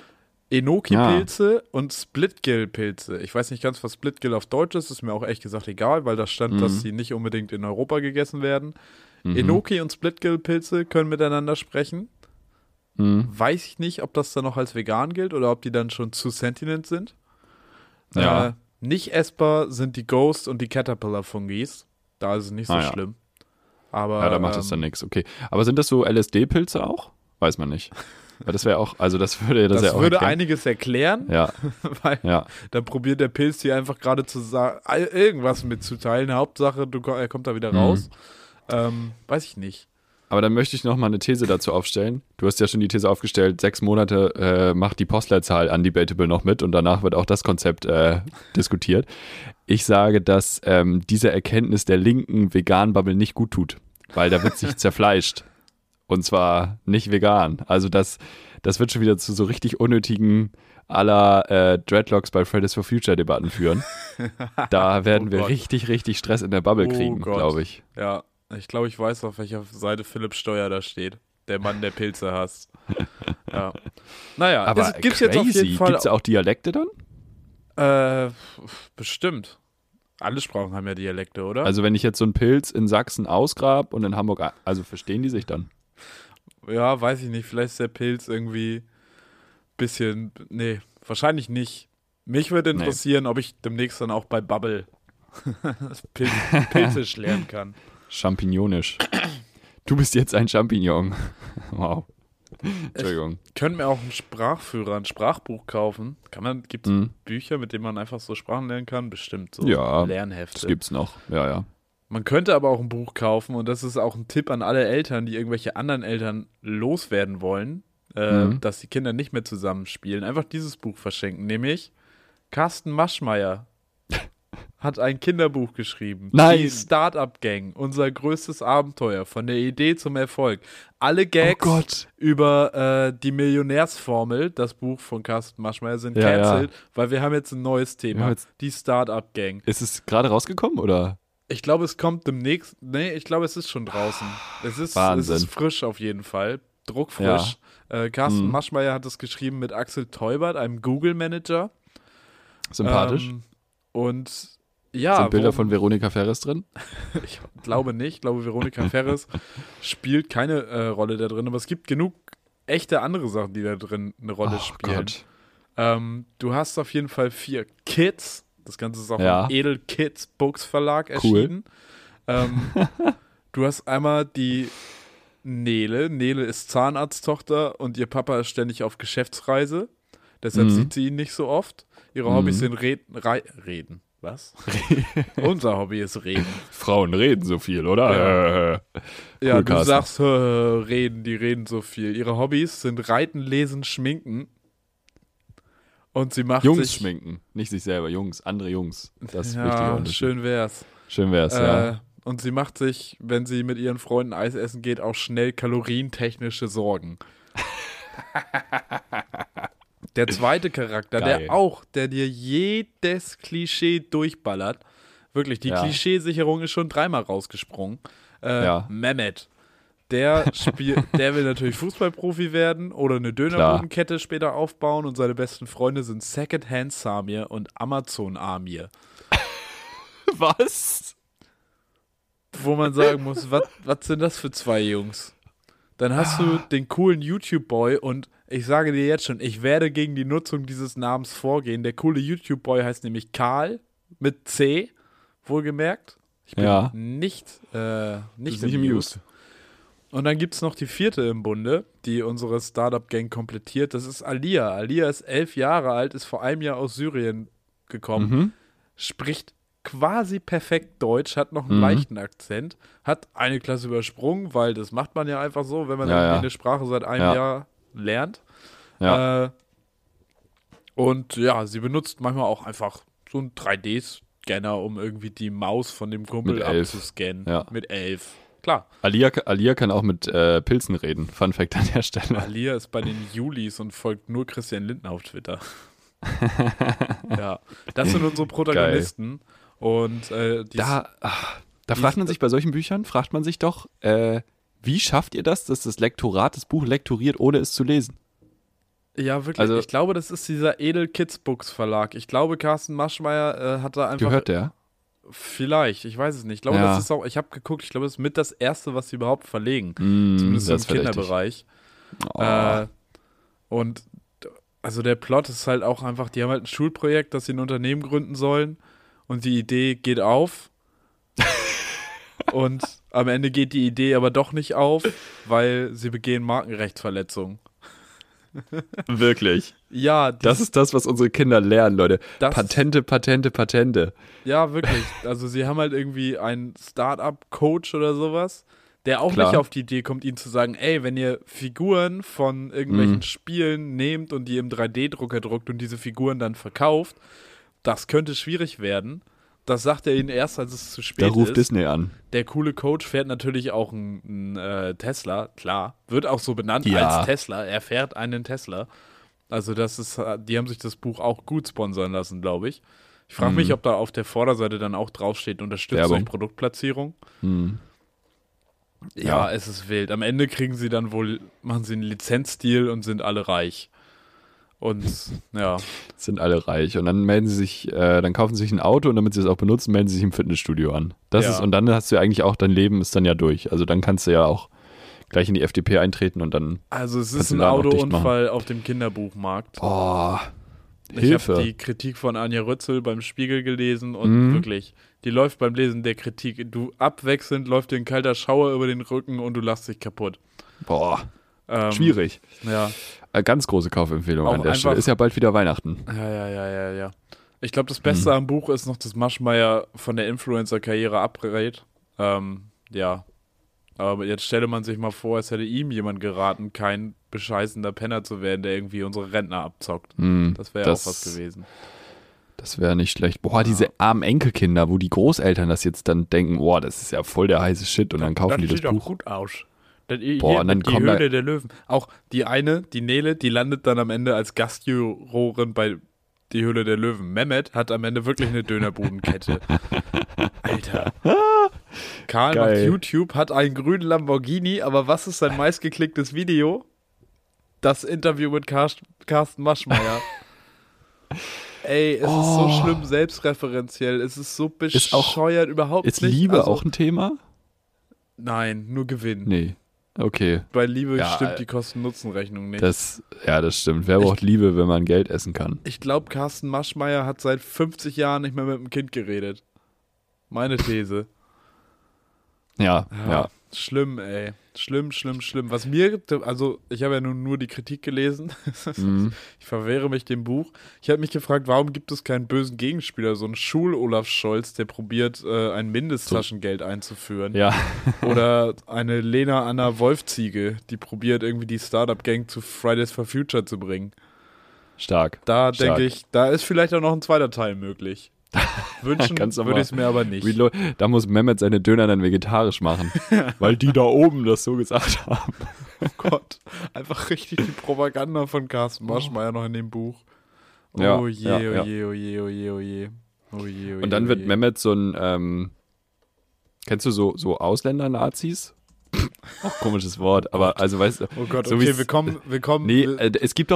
Speaker 1: Enoki-Pilze und Splitgill-Pilze. Ich weiß nicht ganz, was Splitgill auf Deutsch ist mir auch ehrlich gesagt egal, weil da stand, dass sie nicht unbedingt in Europa gegessen werden. Enoki und Splitgill-Pilze können miteinander sprechen. Weiß ich nicht, ob das dann noch als vegan gilt oder ob die dann schon zu sentient sind.
Speaker 2: Ja.
Speaker 1: Nicht essbar sind die Ghost und die Caterpillar-Fungis. Da ist es nicht so
Speaker 2: Ah, ja.
Speaker 1: schlimm. Aber
Speaker 2: Ja, da macht das dann nichts. Okay. Aber sind das so LSD-Pilze auch? Weiß man nicht. Weil das wäre auch, also das würde das, ja
Speaker 1: das
Speaker 2: auch
Speaker 1: würde
Speaker 2: erklären.
Speaker 1: einiges erklären,
Speaker 2: Ja,
Speaker 1: weil
Speaker 2: ja.
Speaker 1: dann probiert der Pilz dir einfach gerade zu sagen, irgendwas mitzuteilen. Hauptsache, er kommt da wieder raus. Weiß ich nicht.
Speaker 2: Aber dann möchte ich noch mal eine These dazu aufstellen. Du hast ja schon die These aufgestellt, 6 Monate macht die Postleitzahl undebatable noch mit und danach wird auch das Konzept diskutiert. Ich sage, dass diese Erkenntnis der linken Vegan-Bubble nicht gut tut, weil da wird sich zerfleischt. Und zwar nicht vegan. Also das wird schon wieder zu so richtig unnötigen Dreadlocks bei Fridays for Future Debatten führen. Da werden
Speaker 1: Oh
Speaker 2: wir
Speaker 1: Gott.
Speaker 2: richtig, richtig Stress in der Bubble
Speaker 1: Oh
Speaker 2: kriegen,
Speaker 1: Gott.
Speaker 2: glaube ich.
Speaker 1: Ja, ich glaube, ich weiß, auf welcher Seite Philipp Steuer da steht. Der Mann, der Pilze hasst. Ja. Naja,
Speaker 2: Aber
Speaker 1: es gibt's jetzt auf jeden Fall.
Speaker 2: Gibt es auch Dialekte dann?
Speaker 1: Bestimmt. Alle Sprachen haben ja Dialekte, oder?
Speaker 2: Also wenn ich jetzt so einen Pilz in Sachsen ausgrab und in Hamburg, also verstehen die sich dann?
Speaker 1: Ja, weiß ich nicht. Vielleicht ist der Pilz irgendwie bisschen. Nee, wahrscheinlich nicht. Mich würde interessieren, ob ich demnächst dann auch bei Bubble Pilzisch lernen kann.
Speaker 2: Champignomisch. Du bist jetzt ein Champignon. Wow. Entschuldigung.
Speaker 1: Können mir auch einen Sprachführer, ein Sprachbuch kaufen. Gibt es Bücher, mit denen man einfach so Sprachen lernen kann? Bestimmt so
Speaker 2: Ja,
Speaker 1: Lernhefte.
Speaker 2: Das gibt's noch. Ja, ja.
Speaker 1: Man könnte aber auch ein Buch kaufen und das ist auch ein Tipp an alle Eltern, die irgendwelche anderen Eltern loswerden wollen, dass die Kinder nicht mehr zusammenspielen. Einfach dieses Buch verschenken, nämlich Carsten Maschmeyer hat ein Kinderbuch geschrieben.
Speaker 2: Nein.
Speaker 1: Die Startup Gang, unser größtes Abenteuer, von der Idee zum Erfolg. Alle Gags
Speaker 2: Oh Gott.
Speaker 1: über die Millionärsformel, das Buch von Carsten Maschmeyer, sind
Speaker 2: Ja,
Speaker 1: cancelled, weil wir haben jetzt ein neues Thema.
Speaker 2: Wir haben jetzt-
Speaker 1: Die Startup Gang.
Speaker 2: Ist es gerade rausgekommen oder?
Speaker 1: Ich glaube, es kommt demnächst. Nee, ich glaube, es ist schon draußen. Es ist
Speaker 2: Wahnsinn.
Speaker 1: frisch auf jeden Fall. Druckfrisch. Carsten Maschmeyer hat es geschrieben mit Axel Teubert, einem Google-Manager.
Speaker 2: Sympathisch.
Speaker 1: Und ja.
Speaker 2: Sind Bilder
Speaker 1: worum-
Speaker 2: von Veronika Ferres drin?
Speaker 1: Ich glaube nicht. Ich glaube, Veronika Ferres spielt keine Rolle da drin. Aber es gibt genug echte andere Sachen, die da drin eine Rolle spielen. Du hast auf jeden Fall 4 Kids. Das Ganze ist auch
Speaker 2: Ja.
Speaker 1: im Edel Kids Books Verlag erschienen. Du hast einmal die Nele. Nele ist Zahnarzttochter und ihr Papa ist ständig auf Geschäftsreise. Deshalb sieht sie ihn nicht so oft. Ihre Hobbys sind Reden. Was? Unser Hobby ist Reden.
Speaker 2: Frauen reden so viel, oder?
Speaker 1: Ja,
Speaker 2: Cool,
Speaker 1: du
Speaker 2: Carsten.
Speaker 1: sagst, reden, die reden so viel. Ihre Hobbys sind Reiten, Lesen, Schminken. Und sie macht
Speaker 2: Jungs
Speaker 1: sich...
Speaker 2: schminken. Nicht sich selber, Jungs. Andere Jungs. Das ist ein
Speaker 1: Ja,
Speaker 2: wichtiger Unterschied.
Speaker 1: schön wär's.
Speaker 2: Schön wär's, ja.
Speaker 1: Und sie macht sich, wenn sie mit ihren Freunden Eis essen geht, auch schnell kalorientechnische Sorgen. Der zweite Charakter,
Speaker 2: Geil.
Speaker 1: der dir jedes Klischee durchballert. Wirklich, die
Speaker 2: Ja.
Speaker 1: Klischeesicherung ist schon 3-mal rausgesprungen.
Speaker 2: Ja.
Speaker 1: Mehmet. Der will natürlich Fußballprofi werden oder eine Dönerbudenkette später aufbauen und seine besten Freunde sind Secondhand Samir und Amazon Amir.
Speaker 2: Was?
Speaker 1: Wo man sagen muss, was sind das für 2 Jungs? Dann hast du den coolen YouTube-Boy und ich sage dir jetzt schon, ich werde gegen die Nutzung dieses Namens vorgehen. Der coole YouTube-Boy heißt nämlich Karl mit C, wohlgemerkt. Ich bin
Speaker 2: Ja.
Speaker 1: nicht
Speaker 2: Nicht
Speaker 1: amused.
Speaker 2: amused.
Speaker 1: Und dann gibt es noch die 4. im Bunde, die unsere Startup-Gang komplettiert. Das ist Alia. Alia ist 11 Jahre alt, ist vor einem Jahr aus Syrien gekommen, spricht quasi perfekt Deutsch, hat noch einen leichten Akzent, hat eine Klasse übersprungen, weil das macht man ja einfach so, wenn man irgendwie eine Sprache seit einem Jahr lernt.
Speaker 2: Ja.
Speaker 1: Und ja, sie benutzt manchmal auch einfach so einen 3D-Scanner, um irgendwie die Maus von dem Kumpel
Speaker 2: Mit 11.
Speaker 1: abzuscannen.
Speaker 2: Ja.
Speaker 1: Mit 11. Klar.
Speaker 2: Alia kann auch mit Pilzen reden. Fun Fact an der Stelle.
Speaker 1: Alia ist bei den Julis und folgt nur Christian Lindner auf Twitter. Ja, das sind unsere Protagonisten. Und
Speaker 2: Da fragt man sich bei solchen Büchern, fragt man sich doch, wie schafft ihr das, dass das Lektorat das Buch lektoriert, ohne es zu lesen?
Speaker 1: ja, wirklich.
Speaker 2: Also-
Speaker 1: Ich glaube, das ist dieser Edel Kids Books Verlag. Ich glaube, Carsten Maschmeyer hat da einfach.
Speaker 2: Gehört der?
Speaker 1: Vielleicht, ich weiß es nicht. Ich glaube,
Speaker 2: Ja.
Speaker 1: das ist auch, ich habe geguckt, ich glaube, das ist mit das erste, was sie überhaupt verlegen. Zumindest
Speaker 2: das
Speaker 1: im
Speaker 2: ist verdächtig.
Speaker 1: Kinderbereich.
Speaker 2: Oh.
Speaker 1: Und also der Plot ist halt auch einfach, die haben halt ein Schulprojekt, dass sie ein Unternehmen gründen sollen und die Idee geht auf. Und am Ende geht die Idee aber doch nicht auf, weil sie begehen Markenrechtsverletzungen.
Speaker 2: Wirklich.
Speaker 1: Ja,
Speaker 2: Das ist das, was unsere Kinder lernen, Leute.
Speaker 1: Das-
Speaker 2: Patente.
Speaker 1: ja, wirklich. Also sie haben halt irgendwie einen Startup-Coach oder sowas, der auch
Speaker 2: Klar.
Speaker 1: nicht auf die Idee kommt, ihnen zu sagen, ey, wenn ihr Figuren von irgendwelchen Spielen nehmt und die im 3D-Drucker druckt und diese Figuren dann verkauft, das könnte schwierig werden. Das sagt er ihnen erst, als es zu spät
Speaker 2: Da ruft
Speaker 1: ist.
Speaker 2: Disney an.
Speaker 1: Der coole Coach fährt natürlich auch einen Tesla, klar. Wird auch so benannt
Speaker 2: Ja.
Speaker 1: als Tesla. Er fährt einen Tesla. Also das ist, die haben sich das Buch auch gut sponsern lassen, glaube ich. Ich frage mich, ob da auf der Vorderseite dann auch draufsteht, unterstützt
Speaker 2: Werbung.
Speaker 1: durch Produktplatzierung. Ja,
Speaker 2: Ja.
Speaker 1: es ist wild. Am Ende kriegen sie dann wohl, machen sie einen Lizenzdeal und sind alle reich. Und ja,
Speaker 2: Sind alle reich. Und dann melden sie sich, dann kaufen sie sich ein Auto und damit sie es auch benutzen, melden sie sich im Fitnessstudio an. Das
Speaker 1: Ja.
Speaker 2: ist, und dann hast du ja eigentlich auch, dein Leben ist dann ja durch. Also dann kannst du ja auch gleich in die FDP eintreten und dann,
Speaker 1: also es
Speaker 2: Kannst
Speaker 1: ist
Speaker 2: du
Speaker 1: ein
Speaker 2: da noch dicht
Speaker 1: Autounfall auf dem Kinderbuchmarkt.
Speaker 2: oh,
Speaker 1: Ich
Speaker 2: Hilfe.
Speaker 1: habe die Kritik von Anja Rützel beim Spiegel gelesen und wirklich, die läuft beim Lesen der Kritik, du abwechselnd läuft dir ein kalter Schauer über den Rücken und du lachst dich kaputt.
Speaker 2: Boah,
Speaker 1: Ähm,
Speaker 2: schwierig.
Speaker 1: Ja,
Speaker 2: Ganz große Kaufempfehlung
Speaker 1: Auch
Speaker 2: an der
Speaker 1: einfach-
Speaker 2: Stelle. Ist ja bald wieder Weihnachten.
Speaker 1: ja. Ich glaube, das Beste am Buch ist noch, dass Maschmeyer von der Influencer-Karriere abrät. Ja. Aber jetzt stelle man sich mal vor, es hätte ihm jemand geraten, kein bescheißender Penner zu werden, der irgendwie unsere Rentner abzockt. Das wäre ja auch
Speaker 2: das-
Speaker 1: was gewesen.
Speaker 2: Das wäre nicht schlecht. Boah, diese armen Enkelkinder, wo die Großeltern das jetzt dann denken, boah, das ist ja voll der heiße Shit und dann kaufen die das
Speaker 1: sieht doch
Speaker 2: Buch.
Speaker 1: gut aus.
Speaker 2: Boah, und dann
Speaker 1: die
Speaker 2: kommen da-
Speaker 1: Höhle der Löwen. Auch die eine, die Nele, die landet dann am Ende als Gastjurorin bei die Höhle der Löwen. Mehmet hat am Ende wirklich eine Dönerbudenkette. Alter. Karl
Speaker 2: Geil.
Speaker 1: macht YouTube, hat einen grünen Lamborghini, aber was ist sein meistgeklicktes Video? Das Interview mit Carsten Maschmeyer. Ey, es ist so schlimm selbstreferenziell. Es ist so
Speaker 2: Ist auch-
Speaker 1: bescheuert überhaupt
Speaker 2: Ist
Speaker 1: nicht.
Speaker 2: Liebe
Speaker 1: Also,
Speaker 2: auch ein Thema?
Speaker 1: Nein, nur Gewinn.
Speaker 2: Nee. Okay.
Speaker 1: Bei Liebe
Speaker 2: Ja,
Speaker 1: stimmt die Kosten-Nutzen-Rechnung nicht.
Speaker 2: Das stimmt. Wer braucht Liebe, wenn man Geld essen kann?
Speaker 1: Ich glaube, Carsten Maschmeyer hat seit 50 Jahren nicht mehr mit dem Kind geredet. Meine These.
Speaker 2: Ja.
Speaker 1: Schlimm, ey. Schlimm. Was mir, also ich habe ja nun nur die Kritik gelesen. Ich verwehre mich dem Buch. Ich habe mich gefragt, warum gibt es keinen bösen Gegenspieler, so einen Schul-Olaf Scholz, der probiert, ein Mindesttaschengeld einzuführen.
Speaker 2: Ja.
Speaker 1: Oder eine Lena Anna Wolfziege, die probiert irgendwie die Startup-Gang zu Fridays for Future zu bringen.
Speaker 2: Stark.
Speaker 1: Da
Speaker 2: Stark.
Speaker 1: denke ich, da ist vielleicht auch noch ein zweiter Teil möglich. Wünschen
Speaker 2: Ganz
Speaker 1: würde ich es mir aber nicht.
Speaker 2: Da muss Mehmet seine Döner dann vegetarisch machen. Weil die da oben das so gesagt haben.
Speaker 1: Oh Gott, einfach richtig die Propaganda von Carsten Maschmeyer noch in dem Buch. Oh
Speaker 2: Ja,
Speaker 1: je,
Speaker 2: ja,
Speaker 1: oh
Speaker 2: ja.
Speaker 1: je, oh je, oh je, oh je. Oh je, oh
Speaker 2: Und dann
Speaker 1: je,
Speaker 2: wird
Speaker 1: oh je.
Speaker 2: Mehmet so ein, kennst du so Ausländer-Nazis? Auch komisches Wort, aber also weißt du,
Speaker 1: Oh Gott,
Speaker 2: so
Speaker 1: okay,
Speaker 2: wie's-
Speaker 1: wir kommen.
Speaker 2: nee, es gibt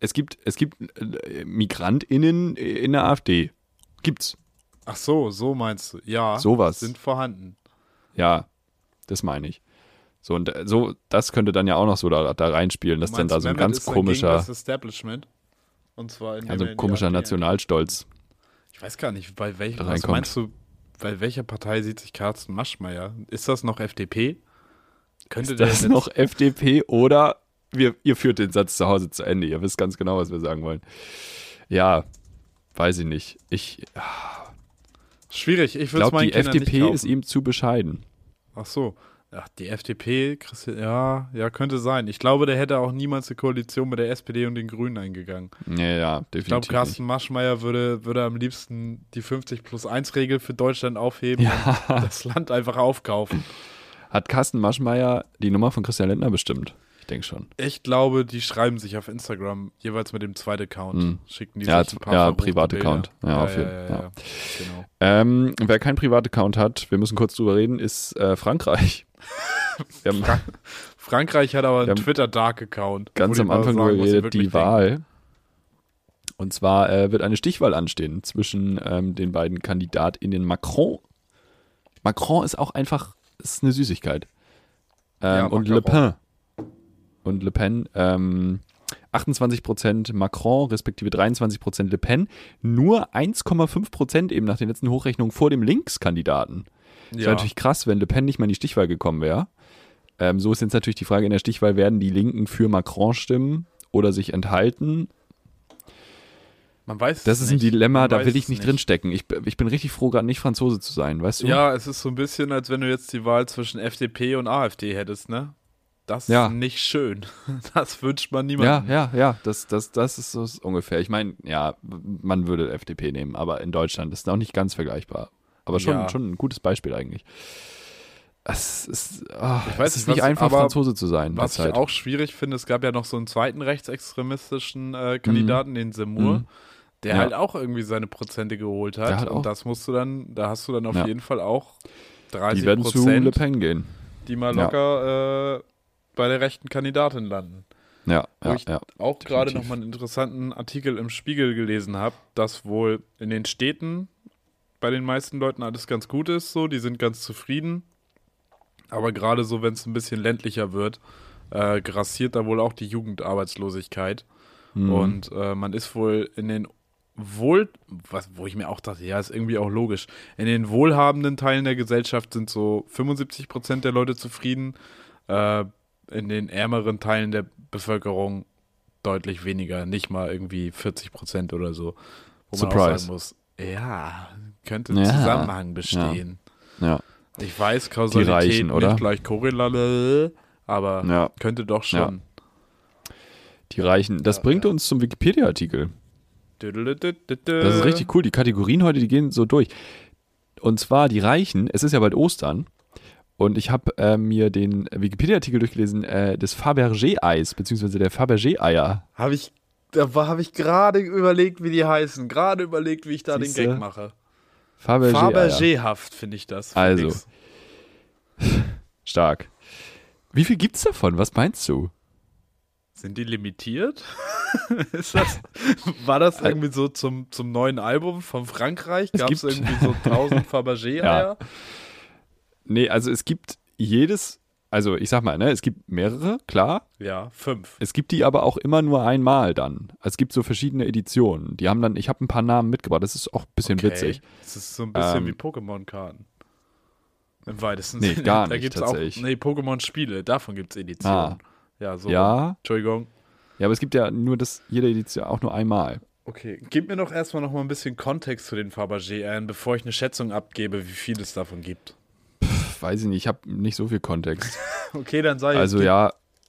Speaker 2: MigrantInnen in der AfD. Gibt's.
Speaker 1: Ach so meinst du. Ja,
Speaker 2: Sowas.
Speaker 1: sind vorhanden.
Speaker 2: Ja, das meine ich. So, und so, das könnte dann ja auch noch so da reinspielen, dass
Speaker 1: Du
Speaker 2: dann da
Speaker 1: meinst,
Speaker 2: so ein
Speaker 1: Mehmet
Speaker 2: ganz
Speaker 1: ist dagegen
Speaker 2: komischer,
Speaker 1: das Establishment. Und zwar in
Speaker 2: also komischer Nationalstolz.
Speaker 1: Ich weiß gar nicht, bei welchem,
Speaker 2: da
Speaker 1: was
Speaker 2: reinkommt.
Speaker 1: meinst du, bei welcher Partei sieht sich Carsten Maschmeyer? Ist das noch FDP? Könnte
Speaker 2: Ist
Speaker 1: der
Speaker 2: das
Speaker 1: jetzt-
Speaker 2: noch FDP oder ihr führt den Satz zu Hause zu Ende. Ihr wisst ganz genau, was wir sagen wollen. Ja, weiß ich nicht.
Speaker 1: Schwierig, ich
Speaker 2: Ich
Speaker 1: würde es
Speaker 2: glaube,
Speaker 1: meinen
Speaker 2: die
Speaker 1: Kindern nicht
Speaker 2: FDP
Speaker 1: kaufen.
Speaker 2: ist ihm zu bescheiden.
Speaker 1: Ach so. Ach, die FDP, ja, könnte sein. Ich glaube, der hätte auch niemals eine Koalition mit der SPD und den Grünen eingegangen.
Speaker 2: Ja, definitiv.
Speaker 1: Ich glaube, Carsten Maschmeyer würde am liebsten die 50+1-Regel für Deutschland aufheben und das Land einfach aufkaufen.
Speaker 2: Hat Carsten Maschmeyer die Nummer von Christian Lindner bestimmt? Ich denke schon.
Speaker 1: Ich glaube, die schreiben sich auf Instagram jeweils mit dem zweiten Account. Schicken die
Speaker 2: Ja,
Speaker 1: sich ein paar
Speaker 2: Privataccount. Ja, auf jeden Fall.
Speaker 1: Genau.
Speaker 2: Wer kein Privataccount hat, wir müssen kurz drüber reden, ist Frankreich.
Speaker 1: Frankreich hat aber einen Twitter-Dark-Account.
Speaker 2: Ganz am Anfang drüber geredet, die Wahl. Und zwar wird eine Stichwahl anstehen zwischen den beiden KandidatInnen Macron. Macron ist auch einfach, ist eine Süßigkeit. Und Le Pen. Und Le Pen, 28% Macron, respektive 23% Le Pen. Nur 1,5% eben nach den letzten Hochrechnungen vor dem Linkskandidaten. Das wäre natürlich krass, wenn Le Pen nicht mal in die Stichwahl gekommen wäre. So ist jetzt natürlich die Frage in der Stichwahl, werden die Linken für Macron stimmen oder sich enthalten?
Speaker 1: Man weiß
Speaker 2: das ist
Speaker 1: nicht.
Speaker 2: ein Dilemma, da will ich
Speaker 1: es
Speaker 2: nicht drinstecken. Ich bin richtig froh, gerade nicht Franzose zu sein, weißt du?
Speaker 1: Ja, es ist so ein bisschen, als wenn du jetzt die Wahl zwischen FDP und AfD hättest, ne? Das ist nicht schön. Das wünscht man niemandem.
Speaker 2: Ja, das ist so ungefähr. Ich meine, ja, man würde FDP nehmen, aber in Deutschland ist es auch nicht ganz vergleichbar. Aber schon ein gutes Beispiel eigentlich. Es ist nicht einfach, Franzose zu sein.
Speaker 1: Was ich auch schwierig finde, es gab ja noch so einen zweiten rechtsextremistischen Kandidaten, den Semur, der halt auch irgendwie seine Prozente geholt hat. Und das da hast du dann auf jeden Fall auch 30%.
Speaker 2: Die werden zu Le Pen gehen.
Speaker 1: Die mal locker bei der rechten Kandidatin landen. Wo ich auch gerade nochmal einen interessanten Artikel im Spiegel gelesen habe, dass wohl in den Städten bei den meisten Leuten alles ganz gut ist, so, die sind ganz zufrieden. Aber gerade so, wenn es ein bisschen ländlicher wird, grassiert da wohl auch die Jugendarbeitslosigkeit. Und man ist wohl in den wo ich mir auch dachte, ja, ist irgendwie auch logisch. In den wohlhabenden Teilen der Gesellschaft sind so 75% der Leute zufrieden. In den ärmeren Teilen der Bevölkerung deutlich weniger, nicht mal irgendwie 40% oder so. Wo man auch sagen muss, ja, könnte ein Zusammenhang bestehen.
Speaker 2: Ja.
Speaker 1: Ich weiß, Kausalität
Speaker 2: die Reichen, oder?
Speaker 1: Nicht gleich Korrelale, aber könnte doch schon.
Speaker 2: Die Reichen. Das bringt uns zum Wikipedia-Artikel. Das ist richtig cool. Die Kategorien heute, die gehen so durch. Und zwar die Reichen, es ist ja bald Ostern. Und ich habe mir den Wikipedia-Artikel durchgelesen des Fabergé-Eis, beziehungsweise der Fabergé-Eier.
Speaker 1: Habe ich gerade überlegt, wie die heißen. Gerade überlegt, wie ich da den Gag mache. Fabergé-haft finde ich das.
Speaker 2: Also, stark. Wie viel gibt's davon? Was meinst du?
Speaker 1: Sind die limitiert? War das irgendwie so zum neuen Album von Frankreich? Gab es irgendwie so 1000 Fabergé-Eier?
Speaker 2: Ja. Nee, also es gibt also ich sag mal, ne, es gibt mehrere, klar.
Speaker 1: Ja, 5.
Speaker 2: Es gibt die aber auch immer nur einmal dann. Es gibt so verschiedene Editionen. Die haben dann, ich habe ein paar Namen mitgebracht, das ist auch ein bisschen witzig.
Speaker 1: Das ist so ein bisschen wie Pokémon-Karten. Im weitesten
Speaker 2: Sinne.
Speaker 1: Nee,
Speaker 2: gar
Speaker 1: da
Speaker 2: nicht
Speaker 1: gibt's
Speaker 2: tatsächlich.
Speaker 1: Pokémon-Spiele, davon gibt es Editionen. Ja, so.
Speaker 2: Ja.
Speaker 1: Entschuldigung.
Speaker 2: Ja, aber es gibt ja nur jede Edition auch nur einmal.
Speaker 1: Okay, gib mir doch erstmal noch mal ein bisschen Kontext zu den Fabergé-Eiern, bevor ich eine Schätzung abgebe, wie viel es davon gibt.
Speaker 2: Weiß ich nicht, ich habe nicht so viel Kontext.
Speaker 1: Okay, dann sage ich.
Speaker 2: Also ja.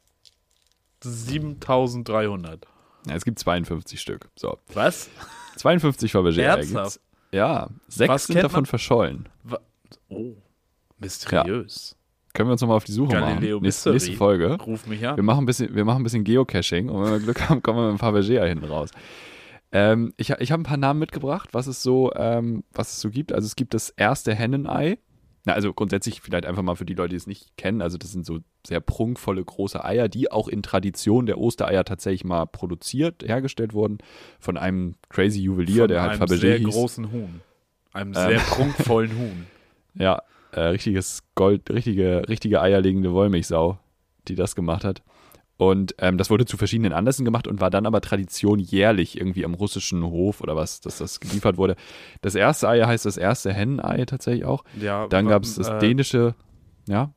Speaker 1: 7300.
Speaker 2: Ja, es gibt 52 Stück. So.
Speaker 1: Was?
Speaker 2: 52 Fabergé-Eier gibt's. Ja, 6 sind davon verschollen.
Speaker 1: Oh, mysteriös.
Speaker 2: Können wir uns nochmal auf die Suche
Speaker 1: Galileo
Speaker 2: machen. Nächste Folge.
Speaker 1: Ruf mich an.
Speaker 2: Wir machen ein bisschen Geocaching und wenn wir Glück haben, kommen wir mit ein paar Fabergé hinten raus. Ich habe ein paar Namen mitgebracht, was es so gibt. Also es gibt das erste Hennenei. Also grundsätzlich vielleicht einfach mal für die Leute, die es nicht kennen. Also das sind so sehr prunkvolle große Eier, die auch in Tradition der Ostereier tatsächlich mal hergestellt wurden von einem crazy Juwelier, der halt Fabergé hieß.
Speaker 1: Einem sehr großen Huhn. Einem sehr prunkvollen Huhn.
Speaker 2: Ja, richtiges Gold, richtige eierlegende Wollmilchsau, die das gemacht hat. Und das wurde zu verschiedenen Anlässen gemacht und war dann aber Tradition jährlich irgendwie am russischen Hof oder was, dass das geliefert wurde. Das erste Ei heißt das erste Hennenei tatsächlich auch.
Speaker 1: Ja,
Speaker 2: dann gab es das dänische, ja.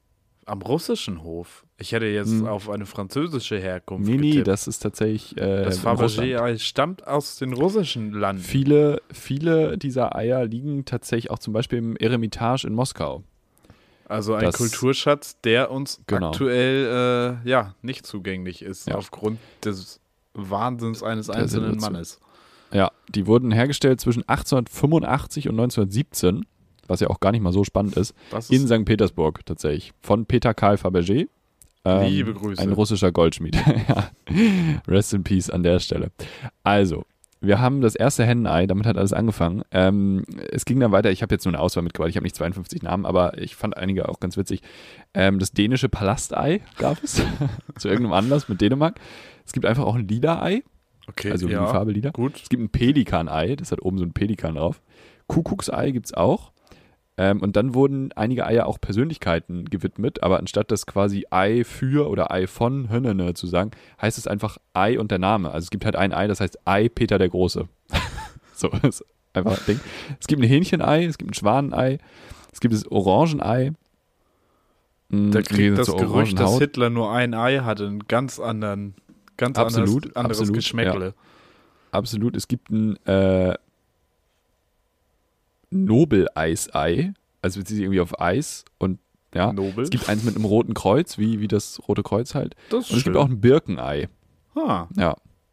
Speaker 1: Am russischen Hof? Ich hätte jetzt auf eine französische Herkunft
Speaker 2: Nee,
Speaker 1: getippt.
Speaker 2: das ist tatsächlich
Speaker 1: Das
Speaker 2: in Russland.
Speaker 1: Fabergé-Ei stammt aus den russischen Landen.
Speaker 2: Viele dieser Eier liegen tatsächlich auch zum Beispiel im Eremitage in Moskau.
Speaker 1: Also ein
Speaker 2: Das-
Speaker 1: Kulturschatz, der uns
Speaker 2: Genau.
Speaker 1: aktuell nicht zugänglich ist,
Speaker 2: Ja.
Speaker 1: aufgrund des Wahnsinns eines einzelnen
Speaker 2: Situation.
Speaker 1: Mannes.
Speaker 2: Ja, die wurden hergestellt zwischen 1885 und 1917, was ja auch gar nicht mal so spannend ist,
Speaker 1: Das
Speaker 2: in
Speaker 1: ist
Speaker 2: St. Petersburg tatsächlich, von Peter Karl Fabergé.
Speaker 1: Liebe Grüße.
Speaker 2: Ein russischer Goldschmied. Ja. Rest in Peace an der Stelle. Also, wir haben das erste Hennenei, damit hat alles angefangen. Es ging dann weiter, ich habe jetzt nur eine Auswahl mitgebracht, ich habe nicht 52 Namen, aber ich fand einige auch ganz witzig. Das dänische Palastei gab es, zu irgendeinem Anlass mit Dänemark. Es gibt einfach auch ein Lila-Ei,
Speaker 1: okay,
Speaker 2: also
Speaker 1: ja,
Speaker 2: die Farbe Lila.
Speaker 1: gut.
Speaker 2: Es gibt ein Pelikanei, das hat oben so ein Pelikan drauf. Kuckucksei gibt es auch. Und dann wurden einige Eier auch Persönlichkeiten gewidmet, aber anstatt das quasi Ei für oder Ei von Hönnene zu sagen, heißt es einfach Ei und der Name. Also es gibt halt ein Ei, das heißt Ei Peter der Große. So, ist einfach ein Ding. Es gibt ein Hähnchenei, es gibt ein Schwanenei, es gibt das Orangenei.
Speaker 1: Da kriegt das
Speaker 2: zur
Speaker 1: Gerücht, dass
Speaker 2: Orangenhaut.
Speaker 1: Hitler nur ein Ei hatte, einen ganz
Speaker 2: Absolut,
Speaker 1: anderes
Speaker 2: absolut,
Speaker 1: Geschmäckle.
Speaker 2: Absolut, es gibt ein Nobel-Eis-Ei, also bezieht sich irgendwie auf Eis und ja.
Speaker 1: Nobel.
Speaker 2: Es gibt eins mit einem roten Kreuz, wie das Rote Kreuz halt.
Speaker 1: Das ist
Speaker 2: Und es gibt auch ein Birkenei. Ja.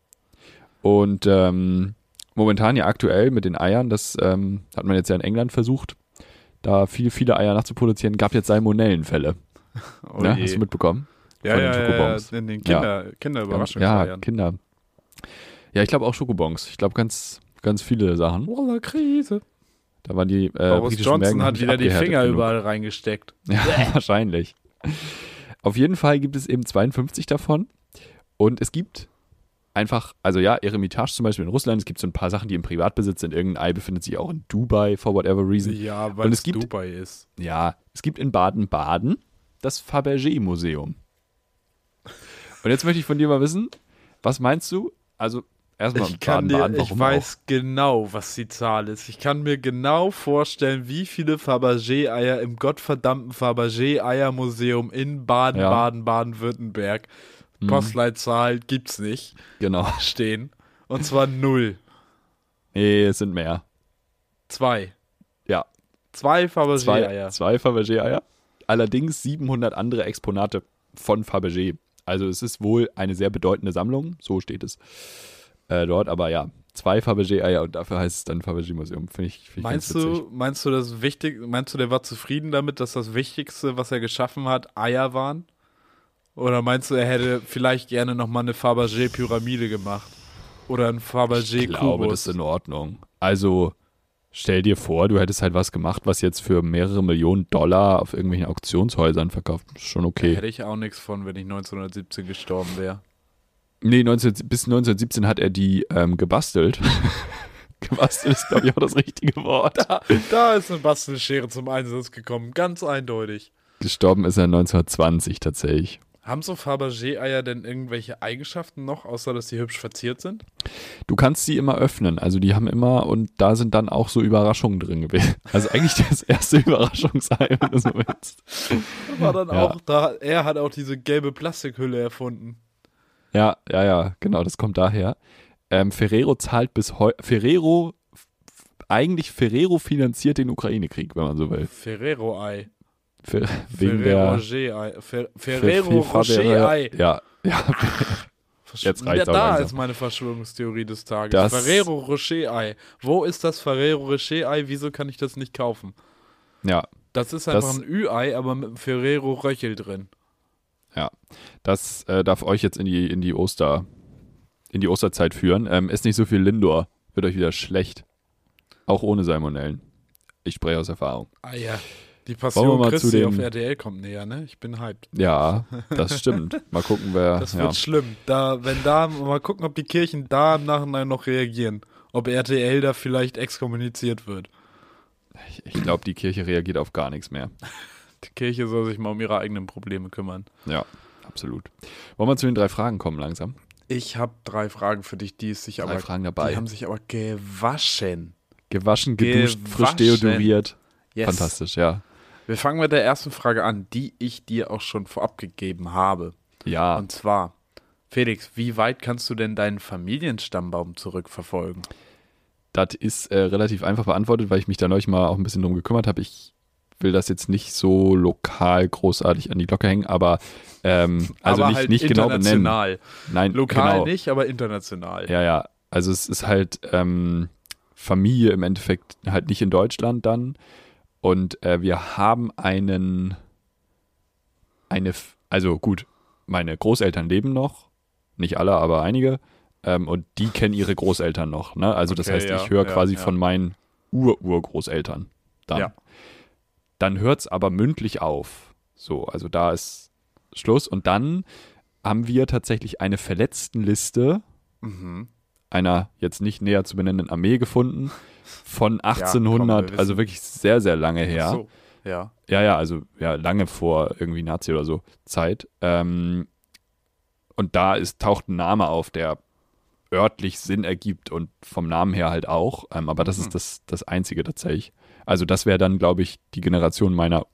Speaker 2: Und momentan ja aktuell mit den Eiern, das hat man jetzt ja in England versucht, da viele Eier nachzuproduzieren, gab jetzt Salmonellenfälle.
Speaker 1: Oh
Speaker 2: Ne?
Speaker 1: je.
Speaker 2: Hast du mitbekommen?
Speaker 1: Ja,
Speaker 2: Von den
Speaker 1: ja,
Speaker 2: Schokobons.
Speaker 1: in den
Speaker 2: Ja,
Speaker 1: Kinderüberraschungseiern.
Speaker 2: Kinder. Ja, ich glaube auch Schokobons. Ich glaube ganz viele Sachen.
Speaker 1: Voller Krise.
Speaker 2: Da waren die
Speaker 1: Boris
Speaker 2: britischen
Speaker 1: Johnson
Speaker 2: Mägen noch
Speaker 1: hat
Speaker 2: nicht
Speaker 1: wieder die
Speaker 2: abgehärtet
Speaker 1: Finger
Speaker 2: genug.
Speaker 1: überall reingesteckt.
Speaker 2: Ja, wahrscheinlich. Auf jeden Fall gibt es eben 52 davon. Und es gibt einfach, also ja, Eremitage zum Beispiel in Russland, es gibt so ein paar Sachen, die im Privatbesitz sind. Irgendein Ei befindet sich auch in Dubai, for whatever reason.
Speaker 1: Ja, weil
Speaker 2: Und
Speaker 1: es
Speaker 2: es gibt-
Speaker 1: Dubai ist.
Speaker 2: Ja, es gibt in Baden-Baden das Fabergé-Museum. Und jetzt möchte ich von dir mal wissen, was meinst du? Also erstmal
Speaker 1: Ich
Speaker 2: Baden-Baden, warum
Speaker 1: ich weiß genau, was die Zahl ist. Ich kann mir genau vorstellen, wie viele Fabergé-Eier im gottverdammten Fabergé-Eiermuseum in Baden-Baden, Baden-Württemberg, Postleitzahl gibt's nicht,
Speaker 2: auch? Genau.
Speaker 1: stehen. Und zwar 0.
Speaker 2: Nee, es sind mehr.
Speaker 1: 2.
Speaker 2: Ja,
Speaker 1: 2 Fabergé-Eier.
Speaker 2: zwei Fabergé-Eier. Allerdings 700 andere Exponate von Fabergé. Also es ist wohl eine sehr bedeutende Sammlung, so steht es dort. Aber ja, 2 Fabergé-Eier und dafür heißt es dann Fabergé-Museum. Finde ich ganz witzig.
Speaker 1: Meinst du, der war zufrieden damit, dass das Wichtigste, was er geschaffen hat, Eier waren? Oder meinst du, er hätte vielleicht gerne nochmal eine Fabergé-Pyramide gemacht? Oder ein
Speaker 2: Ich glaube, das
Speaker 1: Fabergé-Kubus?
Speaker 2: ist in Ordnung. Also stell dir vor, du hättest halt was gemacht, was jetzt für mehrere Millionen Dollar auf irgendwelchen Auktionshäusern verkauft. Ist schon
Speaker 1: Da
Speaker 2: okay.
Speaker 1: hätte ich auch nichts von, wenn ich 1917 gestorben wäre.
Speaker 2: Nee, bis 1917 hat er die gebastelt. Gebastelt ist, glaube ich, auch das richtige Wort.
Speaker 1: Da ist eine Bastelschere zum Einsatz gekommen, ganz eindeutig.
Speaker 2: Gestorben ist er 1920 tatsächlich.
Speaker 1: Haben so Fabergé-Eier denn irgendwelche Eigenschaften noch, außer dass sie hübsch verziert sind?
Speaker 2: Du kannst sie immer öffnen, also die haben immer, und da sind dann auch so Überraschungen drin gewesen. Also eigentlich das erste Überraschungsei, wenn du so willst.
Speaker 1: War dann
Speaker 2: Ja.
Speaker 1: auch da, er hat auch diese gelbe Plastikhülle erfunden.
Speaker 2: Ja, genau, das kommt daher. Ferrero zahlt bis heute, Ferrero finanziert den Ukraine-Krieg, wenn man so will.
Speaker 1: Ferrero-Ei.
Speaker 2: Wegen der
Speaker 1: Ferrero-Rocher-Ei. Ferrero-Rocher-Ei.
Speaker 2: Ja. Jetzt reicht's auch
Speaker 1: Da
Speaker 2: langsam.
Speaker 1: ist meine Verschwörungstheorie des Tages.
Speaker 2: Das-
Speaker 1: Ferrero-Rocher-Ei. Wo ist das Ferrero-Rocher-Ei? Wieso kann ich das nicht kaufen?
Speaker 2: Ja,
Speaker 1: Das ist einfach
Speaker 2: Das-
Speaker 1: ein Ü-Ei, aber mit einem Ferrero-Röchel drin.
Speaker 2: das darf euch jetzt in die Osterzeit führen. Esst nicht so viel Lindor, wird euch wieder schlecht. Auch ohne Salmonellen. Ich spreche aus Erfahrung.
Speaker 1: Ah ja. Die
Speaker 2: Wollen wir
Speaker 1: Passion
Speaker 2: mal
Speaker 1: Christi
Speaker 2: zu dem-
Speaker 1: auf RTL kommt näher, ne? Ich bin hyped.
Speaker 2: Ja, das stimmt. Mal gucken, wer.
Speaker 1: Das
Speaker 2: Ja.
Speaker 1: wird schlimm. Mal gucken, ob die Kirchen da im Nachhinein noch reagieren. Ob RTL da vielleicht exkommuniziert wird.
Speaker 2: Ich glaube, die Kirche reagiert auf gar nichts mehr.
Speaker 1: Die Kirche soll sich mal um ihre eigenen Probleme kümmern.
Speaker 2: Ja, absolut. Wollen wir zu den 3 Fragen kommen langsam?
Speaker 1: Ich habe 3 Fragen für dich, die es sich
Speaker 2: 3
Speaker 1: aber
Speaker 2: Fragen dabei.
Speaker 1: die haben sich aber gewaschen.
Speaker 2: Gewaschen, geduscht, frisch
Speaker 1: Gewaschen.
Speaker 2: deodoriert.
Speaker 1: Yes.
Speaker 2: Fantastisch, ja.
Speaker 1: Wir fangen mit der ersten Frage an, die ich dir auch schon vorab gegeben habe.
Speaker 2: Ja,
Speaker 1: Und zwar, Felix, wie weit kannst du denn deinen Familienstammbaum zurückverfolgen?
Speaker 2: das ist relativ einfach beantwortet, weil ich mich da neulich mal auch ein bisschen drum gekümmert habe. Ich will das jetzt nicht so lokal großartig an die Glocke hängen, aber also
Speaker 1: aber
Speaker 2: nicht,
Speaker 1: halt
Speaker 2: nicht genau benennen.
Speaker 1: international.
Speaker 2: Nein,
Speaker 1: Lokal
Speaker 2: genau.
Speaker 1: nicht, aber international.
Speaker 2: Ja. Also es ist halt Familie im Endeffekt halt nicht in Deutschland dann. Und wir haben also gut, meine Großeltern leben noch, nicht alle, aber einige. Und die kennen ihre Großeltern noch. Ne? Also das
Speaker 1: Okay,
Speaker 2: heißt,
Speaker 1: ja,
Speaker 2: ich höre
Speaker 1: ja,
Speaker 2: quasi
Speaker 1: ja.
Speaker 2: von meinen Urgroßeltern dann.
Speaker 1: Ja.
Speaker 2: Dann hört es aber mündlich auf. So, also da ist Schluss. Und dann haben wir tatsächlich eine Verletztenliste
Speaker 1: Mhm.
Speaker 2: einer jetzt nicht näher zu benennenden Armee gefunden von
Speaker 1: komm,
Speaker 2: 1800,
Speaker 1: wir
Speaker 2: also
Speaker 1: wissen.
Speaker 2: wirklich sehr, sehr lange her.
Speaker 1: Ach so, ja.
Speaker 2: Ja, also ja, lange vor irgendwie Nazi oder so Zeit. Und da taucht ein Name auf, der örtlich Sinn ergibt und vom Namen her halt auch. Aber das ist das Einzige tatsächlich. Also das wäre dann, glaube ich, die Generation meiner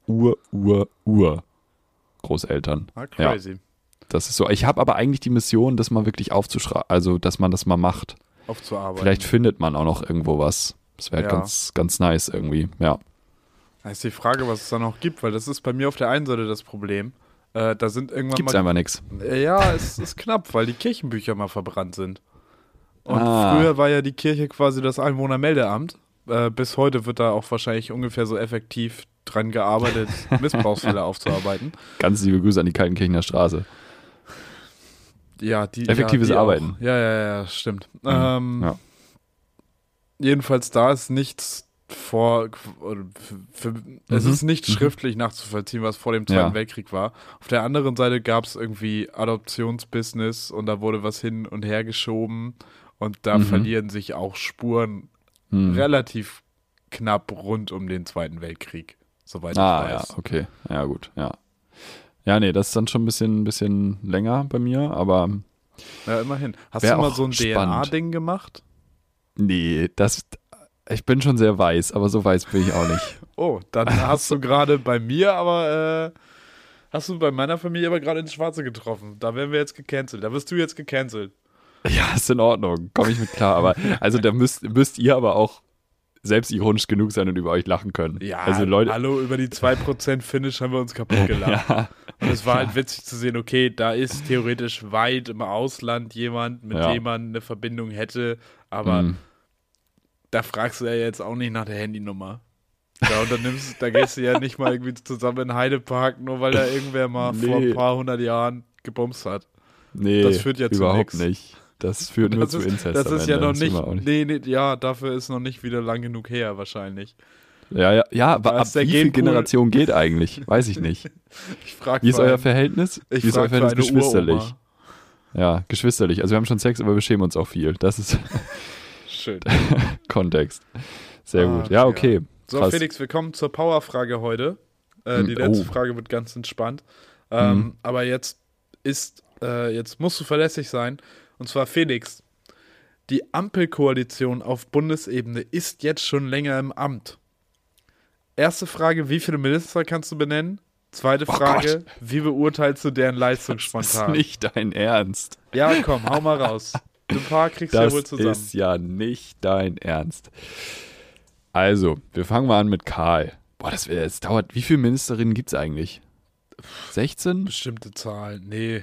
Speaker 2: Großeltern.
Speaker 1: Ah, crazy.
Speaker 2: Das ist so. Ich habe aber eigentlich die Mission, das mal wirklich aufzuschreiben, also dass man das mal macht.
Speaker 1: Aufzuarbeiten.
Speaker 2: Vielleicht findet man auch noch irgendwo was. Das wäre
Speaker 1: Ja.
Speaker 2: ganz, ganz nice irgendwie. Ja.
Speaker 1: Da ist die Frage, was es da noch gibt, weil das ist bei mir auf der einen Seite das Problem. Da sind irgendwann
Speaker 2: Gibt's
Speaker 1: mal.
Speaker 2: einfach nichts.
Speaker 1: Ja, es ist knapp, weil die Kirchenbücher mal verbrannt sind. Und
Speaker 2: Ah.
Speaker 1: früher war ja die Kirche quasi das Einwohnermeldeamt. Bis heute wird da auch wahrscheinlich ungefähr so effektiv dran gearbeitet, Missbrauchsfälle aufzuarbeiten.
Speaker 2: Ganz liebe Grüße an die Kaltenkirchener Straße.
Speaker 1: Ja, die
Speaker 2: Effektives
Speaker 1: die
Speaker 2: Arbeiten.
Speaker 1: Auch. Ja, stimmt.
Speaker 2: Ja.
Speaker 1: Jedenfalls da ist nichts es ist nicht schriftlich nachzuvollziehen, was vor dem Zweiten
Speaker 2: Ja.
Speaker 1: Weltkrieg war. Auf der anderen Seite gab es irgendwie Adoptionsbusiness und da wurde was hin und her geschoben und da verlieren sich auch Spuren relativ knapp rund um den Zweiten Weltkrieg, soweit ich
Speaker 2: Ja,
Speaker 1: weiß.
Speaker 2: okay. Ja, gut, ja. Ja, nee, das ist dann schon ein bisschen länger bei mir, aber
Speaker 1: Ja, immerhin. Hast
Speaker 2: Wär
Speaker 1: du mal
Speaker 2: auch
Speaker 1: so ein
Speaker 2: spannend.
Speaker 1: DNA-Ding gemacht?
Speaker 2: nee, ich bin schon sehr weiß, aber so weiß bin ich auch nicht.
Speaker 1: Oh, dann hast du gerade bei mir aber, hast du bei meiner Familie aber gerade ins Schwarze getroffen. Da werden wir jetzt gecancelt. Da wirst du jetzt gecancelt.
Speaker 2: Ja, ist in Ordnung, komme ich mit klar, aber also da müsst ihr aber auch selbstironisch genug sein und über euch lachen können.
Speaker 1: Ja,
Speaker 2: also Leute,
Speaker 1: hallo, über die 2% Finish haben wir uns kaputt gelacht.
Speaker 2: ja,
Speaker 1: Und es war halt witzig zu sehen, okay, da ist theoretisch weit im Ausland jemand, mit
Speaker 2: Ja.
Speaker 1: dem man eine Verbindung hätte, aber da fragst du ja jetzt auch nicht nach der Handynummer. Ja, und da gehst du ja nicht mal irgendwie zusammen in den Heidepark, nur weil da irgendwer mal vor ein
Speaker 2: Nee.
Speaker 1: paar hundert Jahren gebumst hat.
Speaker 2: nee,
Speaker 1: Das führt ja zu
Speaker 2: überhaupt
Speaker 1: nix.
Speaker 2: nicht. Das führt nur zu Inzest
Speaker 1: das
Speaker 2: am
Speaker 1: ist ja
Speaker 2: Ende.
Speaker 1: noch
Speaker 2: Das
Speaker 1: nicht,
Speaker 2: will man auch
Speaker 1: nee, ja, dafür ist noch nicht wieder lang genug her, wahrscheinlich.
Speaker 2: Ja, aber
Speaker 1: Da
Speaker 2: ab
Speaker 1: ist der
Speaker 2: wie viel
Speaker 1: Genpool-
Speaker 2: Generation geht eigentlich? Weiß ich nicht.
Speaker 1: Ich frage
Speaker 2: Wie ist euer Verhältnis?
Speaker 1: Ich
Speaker 2: Wie ist euer
Speaker 1: frage für
Speaker 2: Verhältnis
Speaker 1: eine
Speaker 2: geschwisterlich?
Speaker 1: Uroma.
Speaker 2: Ja, geschwisterlich. Also wir haben schon Sex, aber wir schämen uns auch viel. Das ist
Speaker 1: Schön.
Speaker 2: Kontext. Sehr
Speaker 1: Ah,
Speaker 2: gut. Ja, okay.
Speaker 1: So,
Speaker 2: Krass.
Speaker 1: Felix, wir kommen zur Powerfrage heute. Die letzte Frage wird ganz entspannt. Aber jetzt musst du verlässlich sein. Und zwar, Felix, die Ampelkoalition auf Bundesebene ist jetzt schon länger im Amt. Erste Frage, wie viele Minister kannst du benennen? Zweite Frage, wie beurteilst du deren Leistung
Speaker 2: Das ist
Speaker 1: spontan?
Speaker 2: nicht dein Ernst.
Speaker 1: Ja, komm, hau mal raus. Ein paar kriegst du ja
Speaker 2: Das
Speaker 1: wohl zusammen.
Speaker 2: ist ja nicht dein Ernst. Also, wir fangen mal an mit Karl. Boah, es dauert. Wie viele Ministerinnen gibt es eigentlich? 16?
Speaker 1: Bestimmte Zahlen. Nee.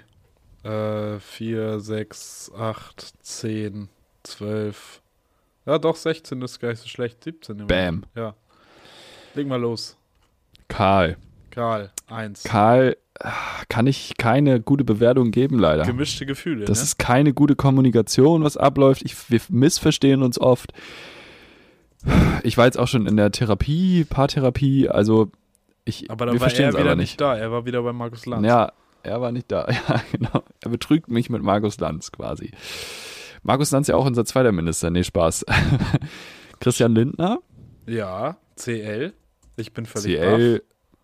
Speaker 1: 4, 6, 8, 10, 12. Ja, doch, 16 ist gar nicht so schlecht. 17 im
Speaker 2: Bam.
Speaker 1: Moment. Ja. Leg mal los.
Speaker 2: Karl.
Speaker 1: Karl, 1.
Speaker 2: Karl kann ich keine gute Bewertung geben, leider.
Speaker 1: Gemischte Gefühle,
Speaker 2: Das
Speaker 1: ne?
Speaker 2: ist keine gute Kommunikation, was abläuft. Wir missverstehen uns oft. Ich war jetzt auch schon in der Paartherapie, also
Speaker 1: Aber da
Speaker 2: wir
Speaker 1: war
Speaker 2: verstehen
Speaker 1: er
Speaker 2: es
Speaker 1: wieder
Speaker 2: aber
Speaker 1: nicht
Speaker 2: nicht.
Speaker 1: da. Er war wieder bei Markus Lanz.
Speaker 2: Ja, er war nicht da. Ja, genau. Er betrügt mich mit Markus Lanz quasi. Markus Lanz ja auch unser zweiter Minister. Nee, Spaß. Christian Lindner,
Speaker 1: Ja, CL. Ich bin völlig baff.
Speaker 2: CL,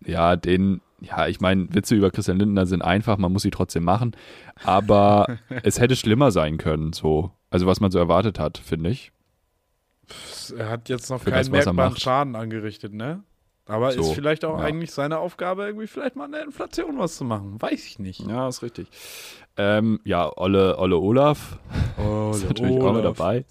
Speaker 2: ich meine, Witze über Christian Lindner sind einfach, man muss sie trotzdem machen. Aber es hätte schlimmer sein können, so. Also was man so erwartet hat, finde ich.
Speaker 1: Er hat jetzt noch
Speaker 2: Für
Speaker 1: keinen
Speaker 2: das, was er
Speaker 1: merkbaren
Speaker 2: macht.
Speaker 1: Schaden angerichtet, ne? Aber
Speaker 2: So,
Speaker 1: ist vielleicht auch
Speaker 2: ja.
Speaker 1: eigentlich seine Aufgabe, irgendwie vielleicht mal an der Inflation was zu machen. Weiß ich nicht.
Speaker 2: Ja, ist richtig. Ja, Olle Olaf ist natürlich auch mit dabei.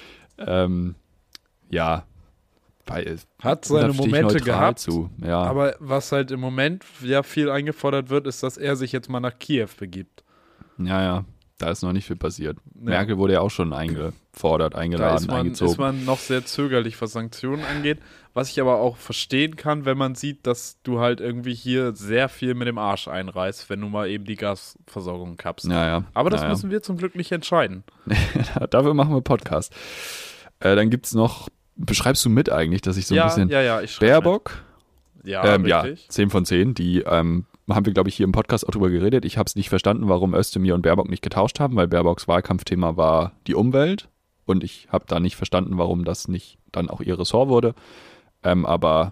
Speaker 2: Ja, weil
Speaker 1: Hat seine
Speaker 2: da stehe ich
Speaker 1: Momente
Speaker 2: neutral
Speaker 1: gehabt,
Speaker 2: zu. Ja.
Speaker 1: aber was halt im Moment ja viel eingefordert wird, ist, dass er sich jetzt mal nach Kiew begibt.
Speaker 2: Ja, da ist noch nicht viel passiert.
Speaker 1: Ja.
Speaker 2: Merkel wurde ja auch schon eingefordert,
Speaker 1: Da
Speaker 2: eingeladen, eingezogen.
Speaker 1: ist man noch sehr zögerlich, was Sanktionen angeht. Was ich aber auch verstehen kann, wenn man sieht, dass du halt irgendwie hier sehr viel mit dem Arsch einreißt, wenn du mal eben die Gasversorgung kappst.
Speaker 2: Ja.
Speaker 1: Aber das
Speaker 2: ja.
Speaker 1: müssen wir zum Glück nicht entscheiden.
Speaker 2: Dafür machen wir Podcast. Dann gibt es noch, beschreibst du mit eigentlich, dass ich so ein bisschen
Speaker 1: ich schreibe
Speaker 2: Baerbock?
Speaker 1: mit. Ja, richtig.
Speaker 2: 10 von 10, die haben wir, glaube ich, hier im Podcast auch drüber geredet. Ich habe es nicht verstanden, warum Özdemir und Baerbock nicht getauscht haben, weil Baerbocks Wahlkampfthema war die Umwelt und ich habe da nicht verstanden, warum das nicht dann auch ihr Ressort wurde. Aber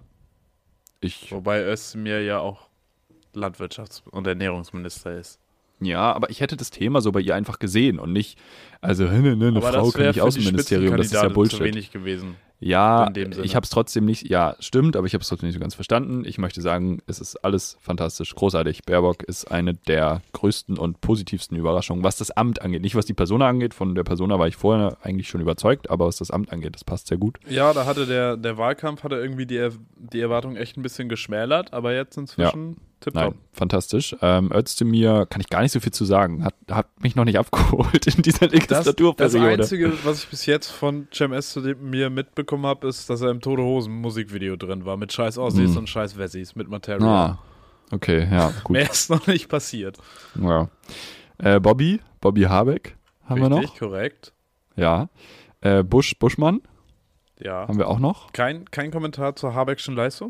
Speaker 1: Wobei Özdemir ja auch Landwirtschafts- und Ernährungsminister ist.
Speaker 2: Ja, aber ich hätte das Thema so bei ihr einfach gesehen und nicht, also eine
Speaker 1: Aber
Speaker 2: Frau
Speaker 1: das
Speaker 2: kann
Speaker 1: wäre
Speaker 2: nicht
Speaker 1: für die
Speaker 2: Außenministerium, das ist ja
Speaker 1: Spitzenkandidatin
Speaker 2: Bullshit.
Speaker 1: zu wenig gewesen.
Speaker 2: Ja,
Speaker 1: in dem Sinne.
Speaker 2: ich habe es trotzdem nicht, ja, stimmt, aber ich habe es trotzdem nicht so ganz verstanden. Ich möchte sagen, es ist alles fantastisch, großartig. Baerbock ist eine der größten und positivsten Überraschungen, was das Amt angeht. Nicht, was die Persona angeht, von der Persona war ich vorher eigentlich schon überzeugt, aber was das Amt angeht, das passt sehr gut.
Speaker 1: Ja, da hatte der Wahlkampf hatte irgendwie die Erwartung echt ein bisschen geschmälert, aber jetzt inzwischen tipptopp.
Speaker 2: Nein, fantastisch. Özdemir kann ich gar nicht so viel zu sagen. Hat mich noch nicht abgeholt in dieser
Speaker 1: Das
Speaker 2: Legislaturperiode.
Speaker 1: Einzige, was ich bis jetzt von Cem Özdemir mitbekommen habe, ist, dass er im Tote Hosen Musikvideo drin war mit scheiß Ossis und scheiß Wessis mit Materia.
Speaker 2: Ah, okay, ja, gut.
Speaker 1: Mehr ist noch nicht passiert.
Speaker 2: Ja. Bobby Habeck haben wir noch.
Speaker 1: Richtig, korrekt.
Speaker 2: Ja. Buschmann
Speaker 1: Ja.
Speaker 2: haben wir auch noch.
Speaker 1: Kein Kommentar zur Habeckschen Leistung?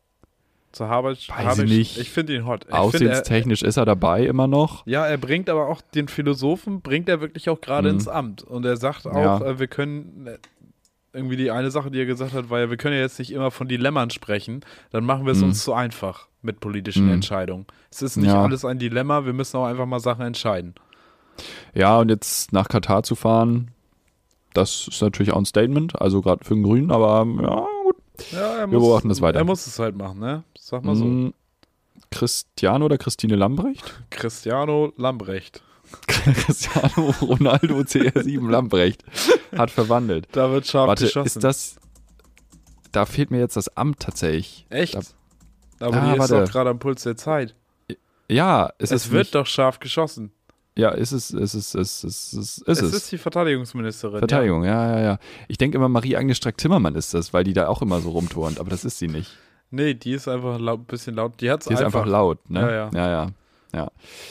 Speaker 1: Zur Habeckschen?
Speaker 2: Weiß ich nicht.
Speaker 1: Ich finde ihn hot.
Speaker 2: Aussehenstechnisch ist er dabei immer noch.
Speaker 1: Ja, er bringt aber auch den Philosophen, bringt er wirklich auch gerade ins Amt. Und er sagt auch, wir können, irgendwie die eine Sache, die er gesagt hat, war ja, wir können ja jetzt nicht immer von Dilemmern sprechen, dann machen wir es uns zu einfach mit politischen Entscheidungen. Es ist nicht alles ein Dilemma, wir müssen auch einfach mal Sachen entscheiden.
Speaker 2: Ja, und jetzt nach Katar zu fahren, das ist natürlich auch ein Statement, also gerade für den Grünen, aber ja, gut.
Speaker 1: Ja,
Speaker 2: Wir beobachten das weiter.
Speaker 1: Er muss es halt machen, ne? Sag mal so.
Speaker 2: Cristiano oder Christine Lambrecht?
Speaker 1: Cristiano Lambrecht.
Speaker 2: Cristiano Ronaldo CR7 Lambrecht hat verwandelt.
Speaker 1: Da wird scharf geschossen.
Speaker 2: Ist das, da fehlt mir jetzt das Amt tatsächlich.
Speaker 1: Echt? Aber die ist doch gerade am Puls der Zeit.
Speaker 2: Ja,
Speaker 1: es wird doch scharf geschossen.
Speaker 2: Ja, es ist
Speaker 1: die Verteidigungsministerin.
Speaker 2: Verteidigung, ja. Ich denke immer, Marie-Agnes Strack-Zimmermann ist das, weil die da auch immer so rumturnt, aber das ist sie nicht.
Speaker 1: Nee, die ist einfach ein bisschen laut. Die ist
Speaker 2: einfach laut, ne?
Speaker 1: Ja.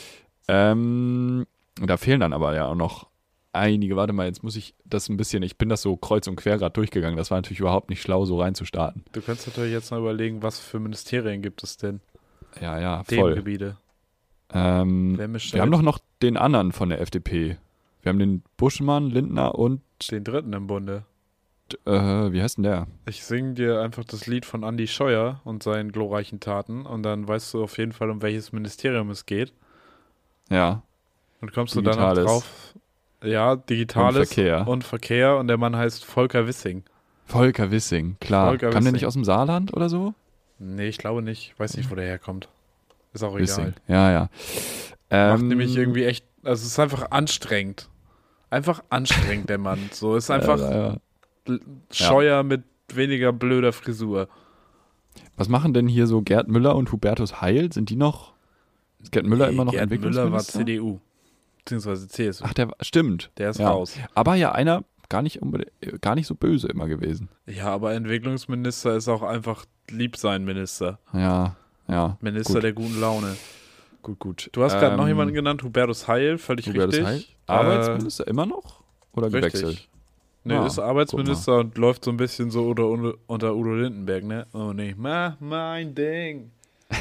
Speaker 2: Da fehlen dann aber ja auch noch einige. Warte mal, jetzt muss ich das ein bisschen, ich bin das so kreuz und quer gerade durchgegangen. Das war natürlich überhaupt nicht schlau, so reinzustarten.
Speaker 1: Du kannst natürlich jetzt mal überlegen, was für Ministerien gibt es denn?
Speaker 2: Ja, voll.
Speaker 1: Themengebiete.
Speaker 2: Wir haben doch noch den anderen von der FDP. Wir haben den Buschmann, Lindner und
Speaker 1: den dritten im Bunde.
Speaker 2: Wie heißt denn der?
Speaker 1: Ich singe dir einfach das Lied von Andi Scheuer und seinen glorreichen Taten und dann weißt du auf jeden Fall, um welches Ministerium es geht.
Speaker 2: Ja.
Speaker 1: Und kommst du dann auch drauf? Ja, Digitales und Verkehr und der Mann heißt Volker Wissing.
Speaker 2: Volker Wissing, klar. Kam der nicht aus dem Saarland oder so?
Speaker 1: Nee, ich glaube nicht. Weiß nicht, wo der herkommt. Ist auch
Speaker 2: Wissing.
Speaker 1: egal.
Speaker 2: Ja.
Speaker 1: Macht nämlich irgendwie echt, also es ist einfach anstrengend. Einfach anstrengend, der Mann. So, ist einfach Scheuer mit weniger blöder Frisur.
Speaker 2: Was machen denn hier so Gerd Müller und Hubertus Heil? Sind die noch? Ist Gerd Müller immer noch Entwicklungsminister?
Speaker 1: Müller war CDU, beziehungsweise CSU.
Speaker 2: Ach, stimmt.
Speaker 1: Der ist raus.
Speaker 2: Aber ja, einer gar nicht so böse immer gewesen.
Speaker 1: Ja, aber Entwicklungsminister ist auch einfach Liebsein-Minister.
Speaker 2: Ja.
Speaker 1: Minister
Speaker 2: gut.
Speaker 1: Der guten Laune.
Speaker 2: Gut.
Speaker 1: Du hast gerade noch jemanden genannt, Hubertus Heil, völlig richtig.
Speaker 2: Heil? Arbeitsminister immer noch? Oder gewechselt?
Speaker 1: Richtig. Nee, ist Arbeitsminister und läuft so ein bisschen so unter Udo Lindenberg, ne? Oh nee, mein Ding.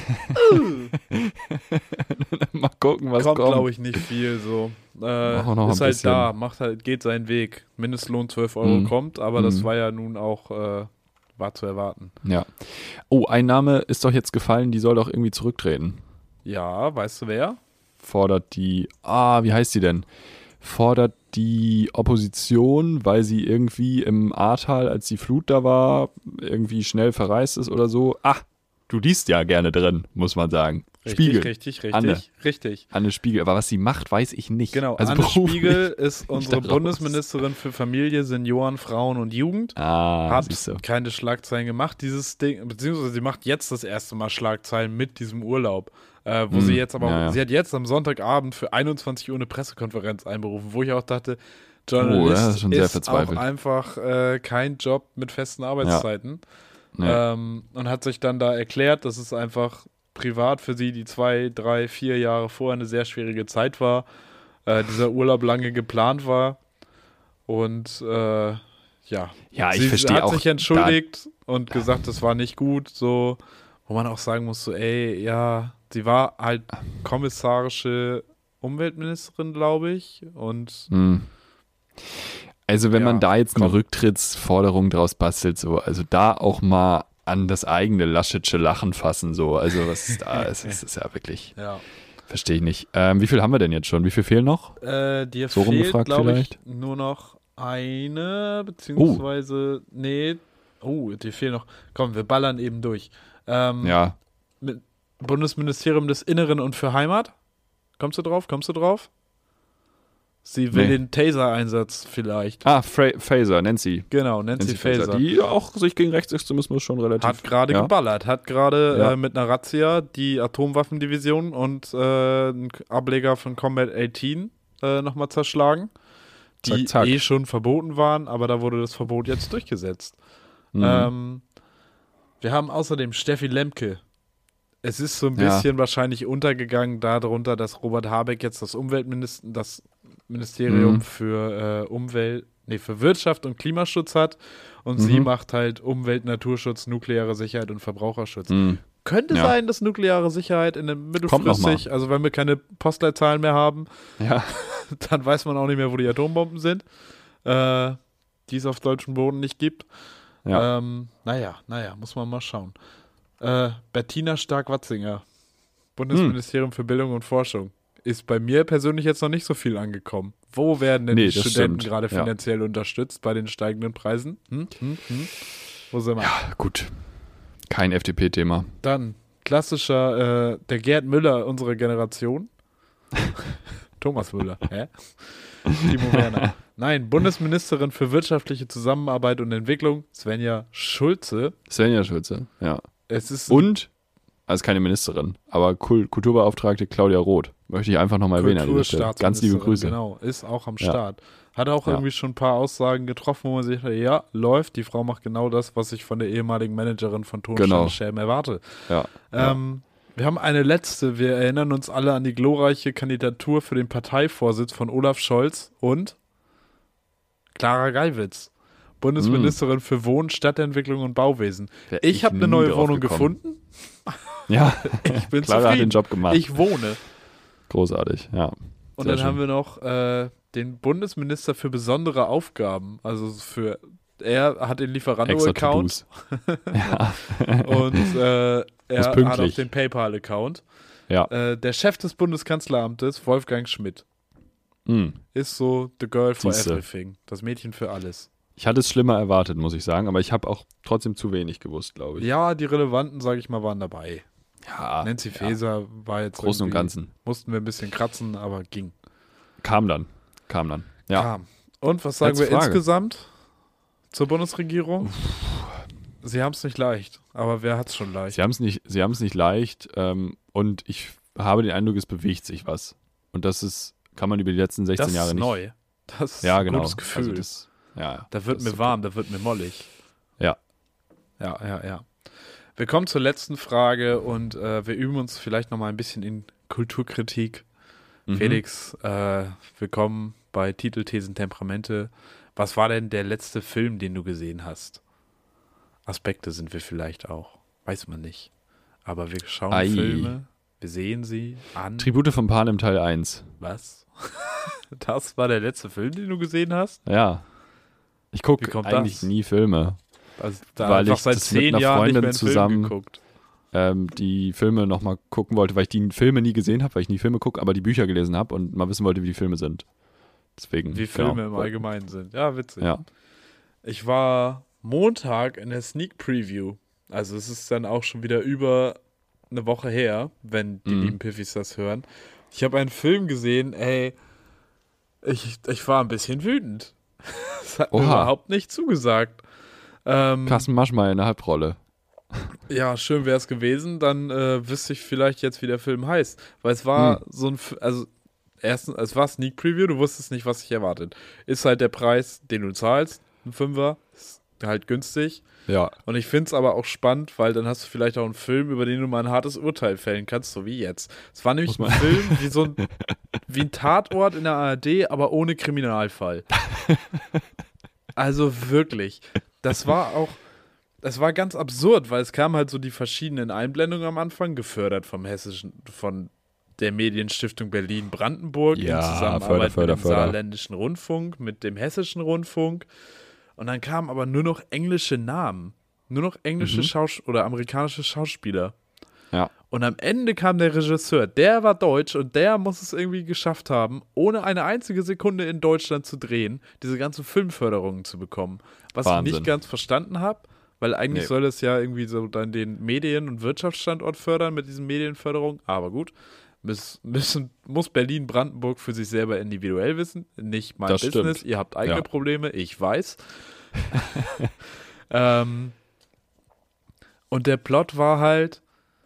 Speaker 2: Mal gucken, was kommt.
Speaker 1: Glaube ich, nicht viel so. Ist halt bisschen. Geht seinen Weg. Mindestlohn 12 Euro kommt, aber das war ja nun auch, war zu erwarten.
Speaker 2: Ja. Oh, ein Name ist doch jetzt gefallen, die soll doch irgendwie zurücktreten.
Speaker 1: Ja, weißt du wer?
Speaker 2: Fordert die, wie heißt die denn? Fordert die Opposition, weil sie irgendwie im Ahrtal, als die Flut da war, irgendwie schnell verreist ist oder so. du liest ja gerne drin, muss man sagen. Spiegel.
Speaker 1: Richtig.
Speaker 2: Anne Spiegel. Aber was sie macht, weiß ich nicht.
Speaker 1: Genau,
Speaker 2: also
Speaker 1: Anne
Speaker 2: beruflich
Speaker 1: Spiegel ist unsere
Speaker 2: da raus.
Speaker 1: Bundesministerin für Familie, Senioren, Frauen und Jugend. Hat
Speaker 2: siehst du.
Speaker 1: keine Schlagzeilen gemacht, dieses Ding, beziehungsweise sie macht jetzt das erste Mal Schlagzeilen mit diesem Urlaub. Wo sie jetzt aber, sie hat jetzt am Sonntagabend für 21 Uhr eine Pressekonferenz einberufen, wo ich auch dachte, Journalist
Speaker 2: das ist schon sehr
Speaker 1: ist auch
Speaker 2: verzweifelt.
Speaker 1: einfach kein Job mit festen Arbeitszeiten.
Speaker 2: Nee.
Speaker 1: Und hat sich dann da erklärt, dass es einfach privat für sie die 2, 3, 4 Jahre vorher eine sehr schwierige Zeit war. Dieser Urlaub lange geplant war. Und
Speaker 2: Ja, ich
Speaker 1: sie
Speaker 2: verstehe
Speaker 1: hat
Speaker 2: auch.
Speaker 1: sich entschuldigt und gesagt, das war nicht gut, so, wo man auch sagen muss, so, ey, ja, sie war halt kommissarische Umweltministerin, glaube ich, und
Speaker 2: Also wenn
Speaker 1: Ja,
Speaker 2: man da jetzt eine
Speaker 1: komm.
Speaker 2: Rücktrittsforderung draus bastelt, so, also da auch mal an das eigene Laschetsche Lachen fassen, so, also was ist da, es ist ja wirklich,
Speaker 1: ja.
Speaker 2: verstehe ich nicht. Wie viel haben wir denn jetzt schon? Wie viel fehlen noch?
Speaker 1: Dir
Speaker 2: So
Speaker 1: fehlt,
Speaker 2: rumgefragt
Speaker 1: glaube ich,
Speaker 2: vielleicht?
Speaker 1: nur noch eine, beziehungsweise, dir fehlen noch, komm, wir ballern eben durch.
Speaker 2: Ja,
Speaker 1: Bundesministerium des Inneren und für Heimat. Kommst du drauf? Sie will
Speaker 2: Nee.
Speaker 1: den Taser-Einsatz vielleicht.
Speaker 2: Faser, Nancy.
Speaker 1: Genau, Nancy Faeser.
Speaker 2: Die auch sich gegen Rechtsextremismus schon relativ...
Speaker 1: Hat gerade
Speaker 2: ja.
Speaker 1: geballert, hat gerade
Speaker 2: Ja.
Speaker 1: mit einer Razzia die Atomwaffendivision und einen Ableger von Combat 18 nochmal zerschlagen, die
Speaker 2: Zack, zack.
Speaker 1: schon verboten waren, aber da wurde das Verbot jetzt durchgesetzt.
Speaker 2: Mhm.
Speaker 1: Wir haben außerdem Steffi Lemke. Es ist so ein
Speaker 2: Ja.
Speaker 1: bisschen wahrscheinlich untergegangen darunter, dass Robert Habeck jetzt das Ministerium für für Wirtschaft und Klimaschutz hat und sie macht halt Umwelt, Naturschutz, nukleare Sicherheit und Verbraucherschutz. Könnte
Speaker 2: Ja.
Speaker 1: sein, dass nukleare Sicherheit in der
Speaker 2: Kommt noch
Speaker 1: mittelfristig, also wenn wir keine Postleitzahlen mehr haben,
Speaker 2: Ja.
Speaker 1: dann weiß man auch nicht mehr, wo die Atombomben sind, die es auf deutschem Boden nicht gibt.
Speaker 2: Ja.
Speaker 1: Naja, muss man mal schauen. Bettina Stark-Watzinger, Bundesministerium für Bildung und Forschung. Ist bei mir persönlich jetzt noch nicht so viel angekommen. Wo werden denn die
Speaker 2: das
Speaker 1: Studenten
Speaker 2: stimmt.
Speaker 1: gerade
Speaker 2: Ja.
Speaker 1: finanziell unterstützt bei den steigenden Preisen? Wo sind wir?
Speaker 2: Gut. Kein FDP-Thema.
Speaker 1: Dann klassischer, der Gerd Müller unserer Generation. Thomas Müller, hä? Timo Werner. Nein, Bundesministerin für wirtschaftliche Zusammenarbeit und Entwicklung, Svenja Schulze.
Speaker 2: Svenja Schulze, ja.
Speaker 1: Es ist
Speaker 2: Und, also keine Ministerin, aber Kulturbeauftragte Claudia Roth. Möchte ich einfach nochmal erwähnen an dieser Stelle. Ganz liebe Grüße.
Speaker 1: Genau, ist auch am
Speaker 2: Ja.
Speaker 1: Start. Hat auch
Speaker 2: Ja.
Speaker 1: irgendwie schon ein paar Aussagen getroffen, wo man sich dachte, ja, läuft. Die Frau macht genau das, was ich von der ehemaligen Managerin von Tonsteine
Speaker 2: Genau.
Speaker 1: Scherben erwarte.
Speaker 2: Ja.
Speaker 1: Wir haben eine letzte. Wir erinnern uns alle an die glorreiche Kandidatur für den Parteivorsitz von Olaf Scholz und Clara Geiwitz, Bundesministerin für Wohnen, Stadtentwicklung und Bauwesen.
Speaker 2: Wär
Speaker 1: Ich habe eine
Speaker 2: nie
Speaker 1: neue
Speaker 2: drauf
Speaker 1: Wohnung
Speaker 2: gekommen.
Speaker 1: gefunden.
Speaker 2: Ja,
Speaker 1: Ich bin
Speaker 2: Clara hat
Speaker 1: zufrieden.
Speaker 2: den Job gemacht.
Speaker 1: Ich wohne.
Speaker 2: Großartig, ja.
Speaker 1: Und
Speaker 2: Sehr
Speaker 1: dann
Speaker 2: schön.
Speaker 1: haben wir noch den Bundesminister für besondere Aufgaben. Also er hat den
Speaker 2: Extra
Speaker 1: Lieferando-Account
Speaker 2: To-Dos. Ja.
Speaker 1: und er hat
Speaker 2: pünktlich.
Speaker 1: auch den PayPal-Account.
Speaker 2: Ja.
Speaker 1: Der Chef des Bundeskanzleramtes, Wolfgang Schmidt, ist so the girl for
Speaker 2: Siehste.
Speaker 1: everything. Das Mädchen für alles.
Speaker 2: Ich hatte es schlimmer erwartet, muss ich sagen, aber ich habe auch trotzdem zu wenig gewusst, glaube ich.
Speaker 1: Ja, die relevanten, sage ich mal, waren dabei.
Speaker 2: Ja,
Speaker 1: Nancy Faeser war jetzt
Speaker 2: Großen und
Speaker 1: irgendwie-
Speaker 2: Ganzen.
Speaker 1: Mussten wir ein bisschen kratzen, aber ging.
Speaker 2: Kam dann. Ja.
Speaker 1: Kam. Und was sagen
Speaker 2: Letzte
Speaker 1: wir
Speaker 2: Frage.
Speaker 1: insgesamt zur Bundesregierung? Sie haben es nicht leicht, aber wer hat es schon leicht?
Speaker 2: Sie haben es nicht leicht und ich habe den Eindruck, es bewegt sich was. Und das kann man über die letzten 16
Speaker 1: das
Speaker 2: Jahre
Speaker 1: ist
Speaker 2: nicht.
Speaker 1: neu. Das ist
Speaker 2: Ja,
Speaker 1: ein
Speaker 2: genau.
Speaker 1: gutes Gefühl.
Speaker 2: Also ja,
Speaker 1: da wird
Speaker 2: das
Speaker 1: mir
Speaker 2: ist
Speaker 1: warm, da wird mir mollig.
Speaker 2: Ja.
Speaker 1: Ja. Wir kommen zur letzten Frage und wir üben uns vielleicht noch mal ein bisschen in Kulturkritik. Felix, willkommen bei Titel, Thesen, Temperamente. Was war denn der letzte Film, den du gesehen hast? Aspekte sind wir vielleicht auch. Weiß man nicht. Aber wir schauen
Speaker 2: Ei.
Speaker 1: Filme, wir sehen sie an.
Speaker 2: Tribute von Panem Teil 1.
Speaker 1: Was? Das war der letzte Film, den du gesehen hast?
Speaker 2: Ja. Ich
Speaker 1: Wie
Speaker 2: gucke
Speaker 1: kommt
Speaker 2: eigentlich
Speaker 1: das?
Speaker 2: nie Filme.
Speaker 1: Also da
Speaker 2: Weil
Speaker 1: einfach
Speaker 2: ich
Speaker 1: seit
Speaker 2: das mit
Speaker 1: 10
Speaker 2: einer
Speaker 1: Jahren nicht mehr
Speaker 2: Freundin
Speaker 1: einen
Speaker 2: zusammen-
Speaker 1: Film geguckt.
Speaker 2: Die Filme nochmal gucken wollte, weil ich die Filme nie gesehen habe, weil ich nie Filme gucke, aber die Bücher gelesen habe und mal wissen wollte, wie die Filme sind. Deswegen.
Speaker 1: Wie Filme
Speaker 2: genau.
Speaker 1: im Allgemeinen sind. Ja, witzig.
Speaker 2: Ja.
Speaker 1: Ich war Montag in der Sneak Preview Also es ist dann auch schon wieder über eine Woche her, wenn die lieben Piffis das hören. Ich habe einen Film gesehen, ey, ich war ein bisschen wütend. Das hat mir
Speaker 2: Oha.
Speaker 1: überhaupt nicht zugesagt.
Speaker 2: Carsten Maschmeyer in der Hauptrolle.
Speaker 1: Ja, schön wäre es gewesen, dann wüsste ich vielleicht jetzt, wie der Film heißt. Weil es war so ein, also erstens, es war Sneak Preview, du wusstest nicht, was dich erwartet. Ist halt der Preis, den du zahlst, ein Fünfer, ist halt günstig.
Speaker 2: Ja.
Speaker 1: Und ich finde es aber auch spannend, weil dann hast du vielleicht auch einen Film, über den du mal ein hartes Urteil fällen kannst, so wie jetzt. Es war nämlich ein Film wie ein Tatort in der ARD, aber ohne Kriminalfall. Also wirklich. Das war ganz absurd, weil es kamen halt so die verschiedenen Einblendungen am Anfang, gefördert von der Medienstiftung Berlin-Brandenburg
Speaker 2: Ja,
Speaker 1: in Zusammenarbeit mit dem
Speaker 2: Förder.
Speaker 1: Saarländischen Rundfunk, mit dem Hessischen Rundfunk. Und dann kamen aber nur noch englische Namen. Nur noch englische oder amerikanische Schauspieler.
Speaker 2: Ja.
Speaker 1: Und am Ende kam der Regisseur, der war deutsch und der muss es irgendwie geschafft haben, ohne eine einzige Sekunde in Deutschland zu drehen, diese ganzen Filmförderungen zu bekommen. Was
Speaker 2: Wahnsinn.
Speaker 1: ich nicht ganz verstanden habe, weil eigentlich soll es ja irgendwie so dann den Medien- und Wirtschaftsstandort fördern mit diesen Medienförderungen. Aber gut, muss Berlin-Brandenburg für sich selber individuell wissen, nicht mein
Speaker 2: Das
Speaker 1: Business.
Speaker 2: stimmt.
Speaker 1: Ihr habt eigene
Speaker 2: Ja.
Speaker 1: Probleme, ich weiß. Und der Plot war halt,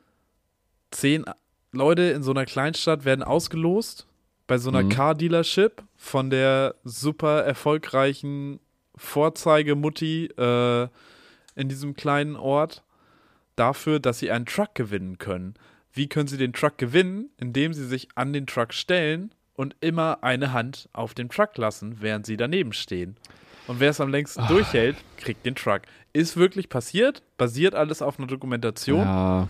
Speaker 1: 10 Leute in so einer Kleinstadt werden ausgelost bei so einer Car-Dealership von der super erfolgreichen Vorzeigemutti in diesem kleinen Ort dafür, dass sie einen Truck gewinnen können. Wie können sie den Truck gewinnen? Indem sie sich an den Truck stellen und immer eine Hand auf dem Truck lassen, während sie daneben stehen. Und wer es am längsten durchhält, kriegt den Truck. Ist wirklich passiert, basiert alles auf einer Dokumentation.
Speaker 2: Ja.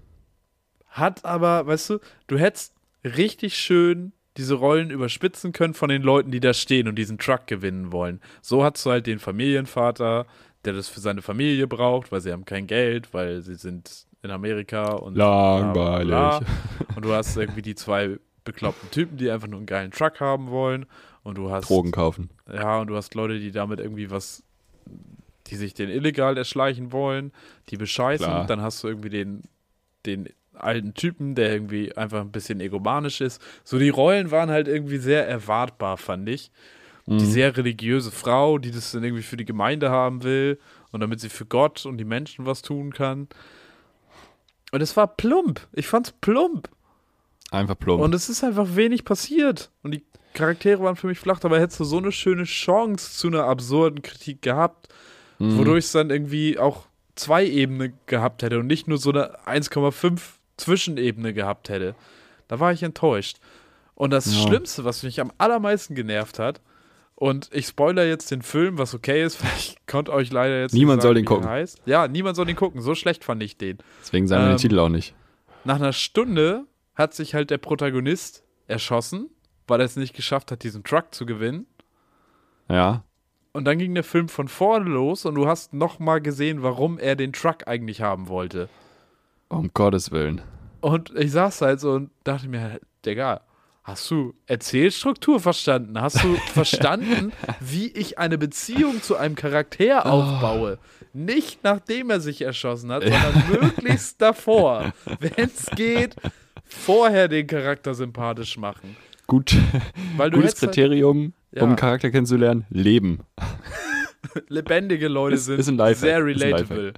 Speaker 1: Hat aber, weißt du hättest richtig schön diese Rollen überspitzen können von den Leuten, die da stehen und diesen Truck gewinnen wollen. So hast du halt den Familienvater, der das für seine Familie braucht, weil sie haben kein Geld, weil sie sind in Amerika und
Speaker 2: Langweilig.
Speaker 1: bla, bla, bla. Und du hast irgendwie die 2 bekloppten Typen, die einfach nur einen geilen Truck haben wollen. Und du hast
Speaker 2: Drogen kaufen.
Speaker 1: Ja, und du hast Leute, die damit irgendwie die sich den illegal erschleichen wollen, die bescheißen.
Speaker 2: Klar.
Speaker 1: Dann hast du irgendwie den alten Typen, der irgendwie einfach ein bisschen egomanisch ist. So, die Rollen waren halt irgendwie sehr erwartbar, fand ich. Die sehr religiöse Frau, die das dann irgendwie für die Gemeinde haben will und damit sie für Gott und die Menschen was tun kann. Und es war plump. Ich fand's plump.
Speaker 2: Einfach plump.
Speaker 1: Und es ist einfach wenig passiert. Und die Charaktere waren für mich flach, dabei hättest du so eine schöne Chance zu einer absurden Kritik gehabt, wodurch es dann irgendwie auch 2 Ebenen gehabt hätte und nicht nur so eine 1,5 Zwischenebene gehabt hätte. Da war ich enttäuscht. Und das Schlimmste, was mich am allermeisten genervt hat, und ich spoilere jetzt den Film, was okay ist, weil ich konnte euch leider jetzt
Speaker 2: Niemand
Speaker 1: nicht
Speaker 2: soll
Speaker 1: sagen,
Speaker 2: den
Speaker 1: wie der
Speaker 2: gucken.
Speaker 1: heißt. Ja, niemand soll den gucken. So schlecht fand ich den.
Speaker 2: Deswegen sagen wir den Titel auch nicht.
Speaker 1: Nach einer Stunde hat sich halt der Protagonist erschossen, weil er es nicht geschafft hat, diesen Truck zu gewinnen.
Speaker 2: Ja.
Speaker 1: Und dann ging der Film von vorne los und du hast nochmal gesehen, warum er den Truck eigentlich haben wollte.
Speaker 2: Um Gottes Willen.
Speaker 1: Und ich saß halt so und dachte mir, Digga, hast du Erzählstruktur verstanden? Hast du verstanden, wie ich eine Beziehung zu einem Charakter aufbaue? Nicht nachdem er sich erschossen hat, sondern möglichst davor. Wenn es geht, vorher den Charakter sympathisch machen.
Speaker 2: Gut.
Speaker 1: Weil du
Speaker 2: Gutes
Speaker 1: hättest halt-
Speaker 2: Kriterium,
Speaker 1: Ja.
Speaker 2: um einen Charakter kennenzulernen. Leben.
Speaker 1: Lebendige Leute
Speaker 2: Ist
Speaker 1: sind
Speaker 2: ein Lifehack,
Speaker 1: sehr
Speaker 2: ist ein
Speaker 1: relatable.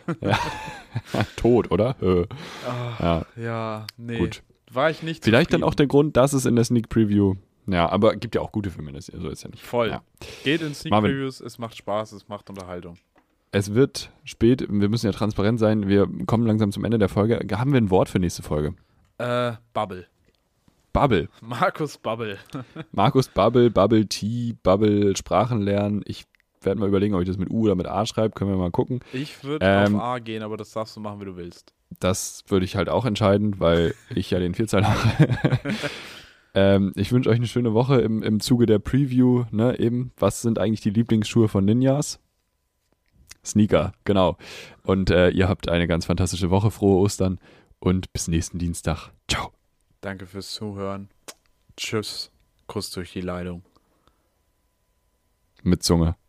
Speaker 2: Tot, oder? Ja.
Speaker 1: Ja, nee.
Speaker 2: Gut.
Speaker 1: War ich nicht
Speaker 2: Vielleicht dann
Speaker 1: zufrieden.
Speaker 2: auch der Grund, dass es in der Sneak Preview. Ja, aber gibt ja auch gute Filme, so ist ja nicht.
Speaker 1: Voll.
Speaker 2: Ja.
Speaker 1: Geht in Sneak
Speaker 2: Marvin.
Speaker 1: Previews, es macht Spaß, es macht Unterhaltung.
Speaker 2: Es wird spät, wir müssen ja transparent sein, wir kommen langsam zum Ende der Folge. Haben wir ein Wort für nächste Folge?
Speaker 1: Bubble.
Speaker 2: Bubble.
Speaker 1: Markus Bubble.
Speaker 2: Markus Bubble, Bubble Tea, Bubble Sprachen lernen. Ich werde mal überlegen, ob ich das mit U oder mit A schreibe. Können wir mal gucken.
Speaker 1: Ich würde auf A gehen, aber das darfst du machen, wie du willst.
Speaker 2: Das würde ich halt auch entscheiden, weil ich ja den Vierzeiler mache. Ich wünsche euch eine schöne Woche im Zuge der Preview. Ne, eben, was sind eigentlich die Lieblingsschuhe von Ninjas? Sneaker, genau. Und ihr habt eine ganz fantastische Woche. Frohe Ostern und bis nächsten Dienstag. Ciao.
Speaker 1: Danke fürs Zuhören. Tschüss. Kuss durch die Leitung.
Speaker 2: Mit Zunge.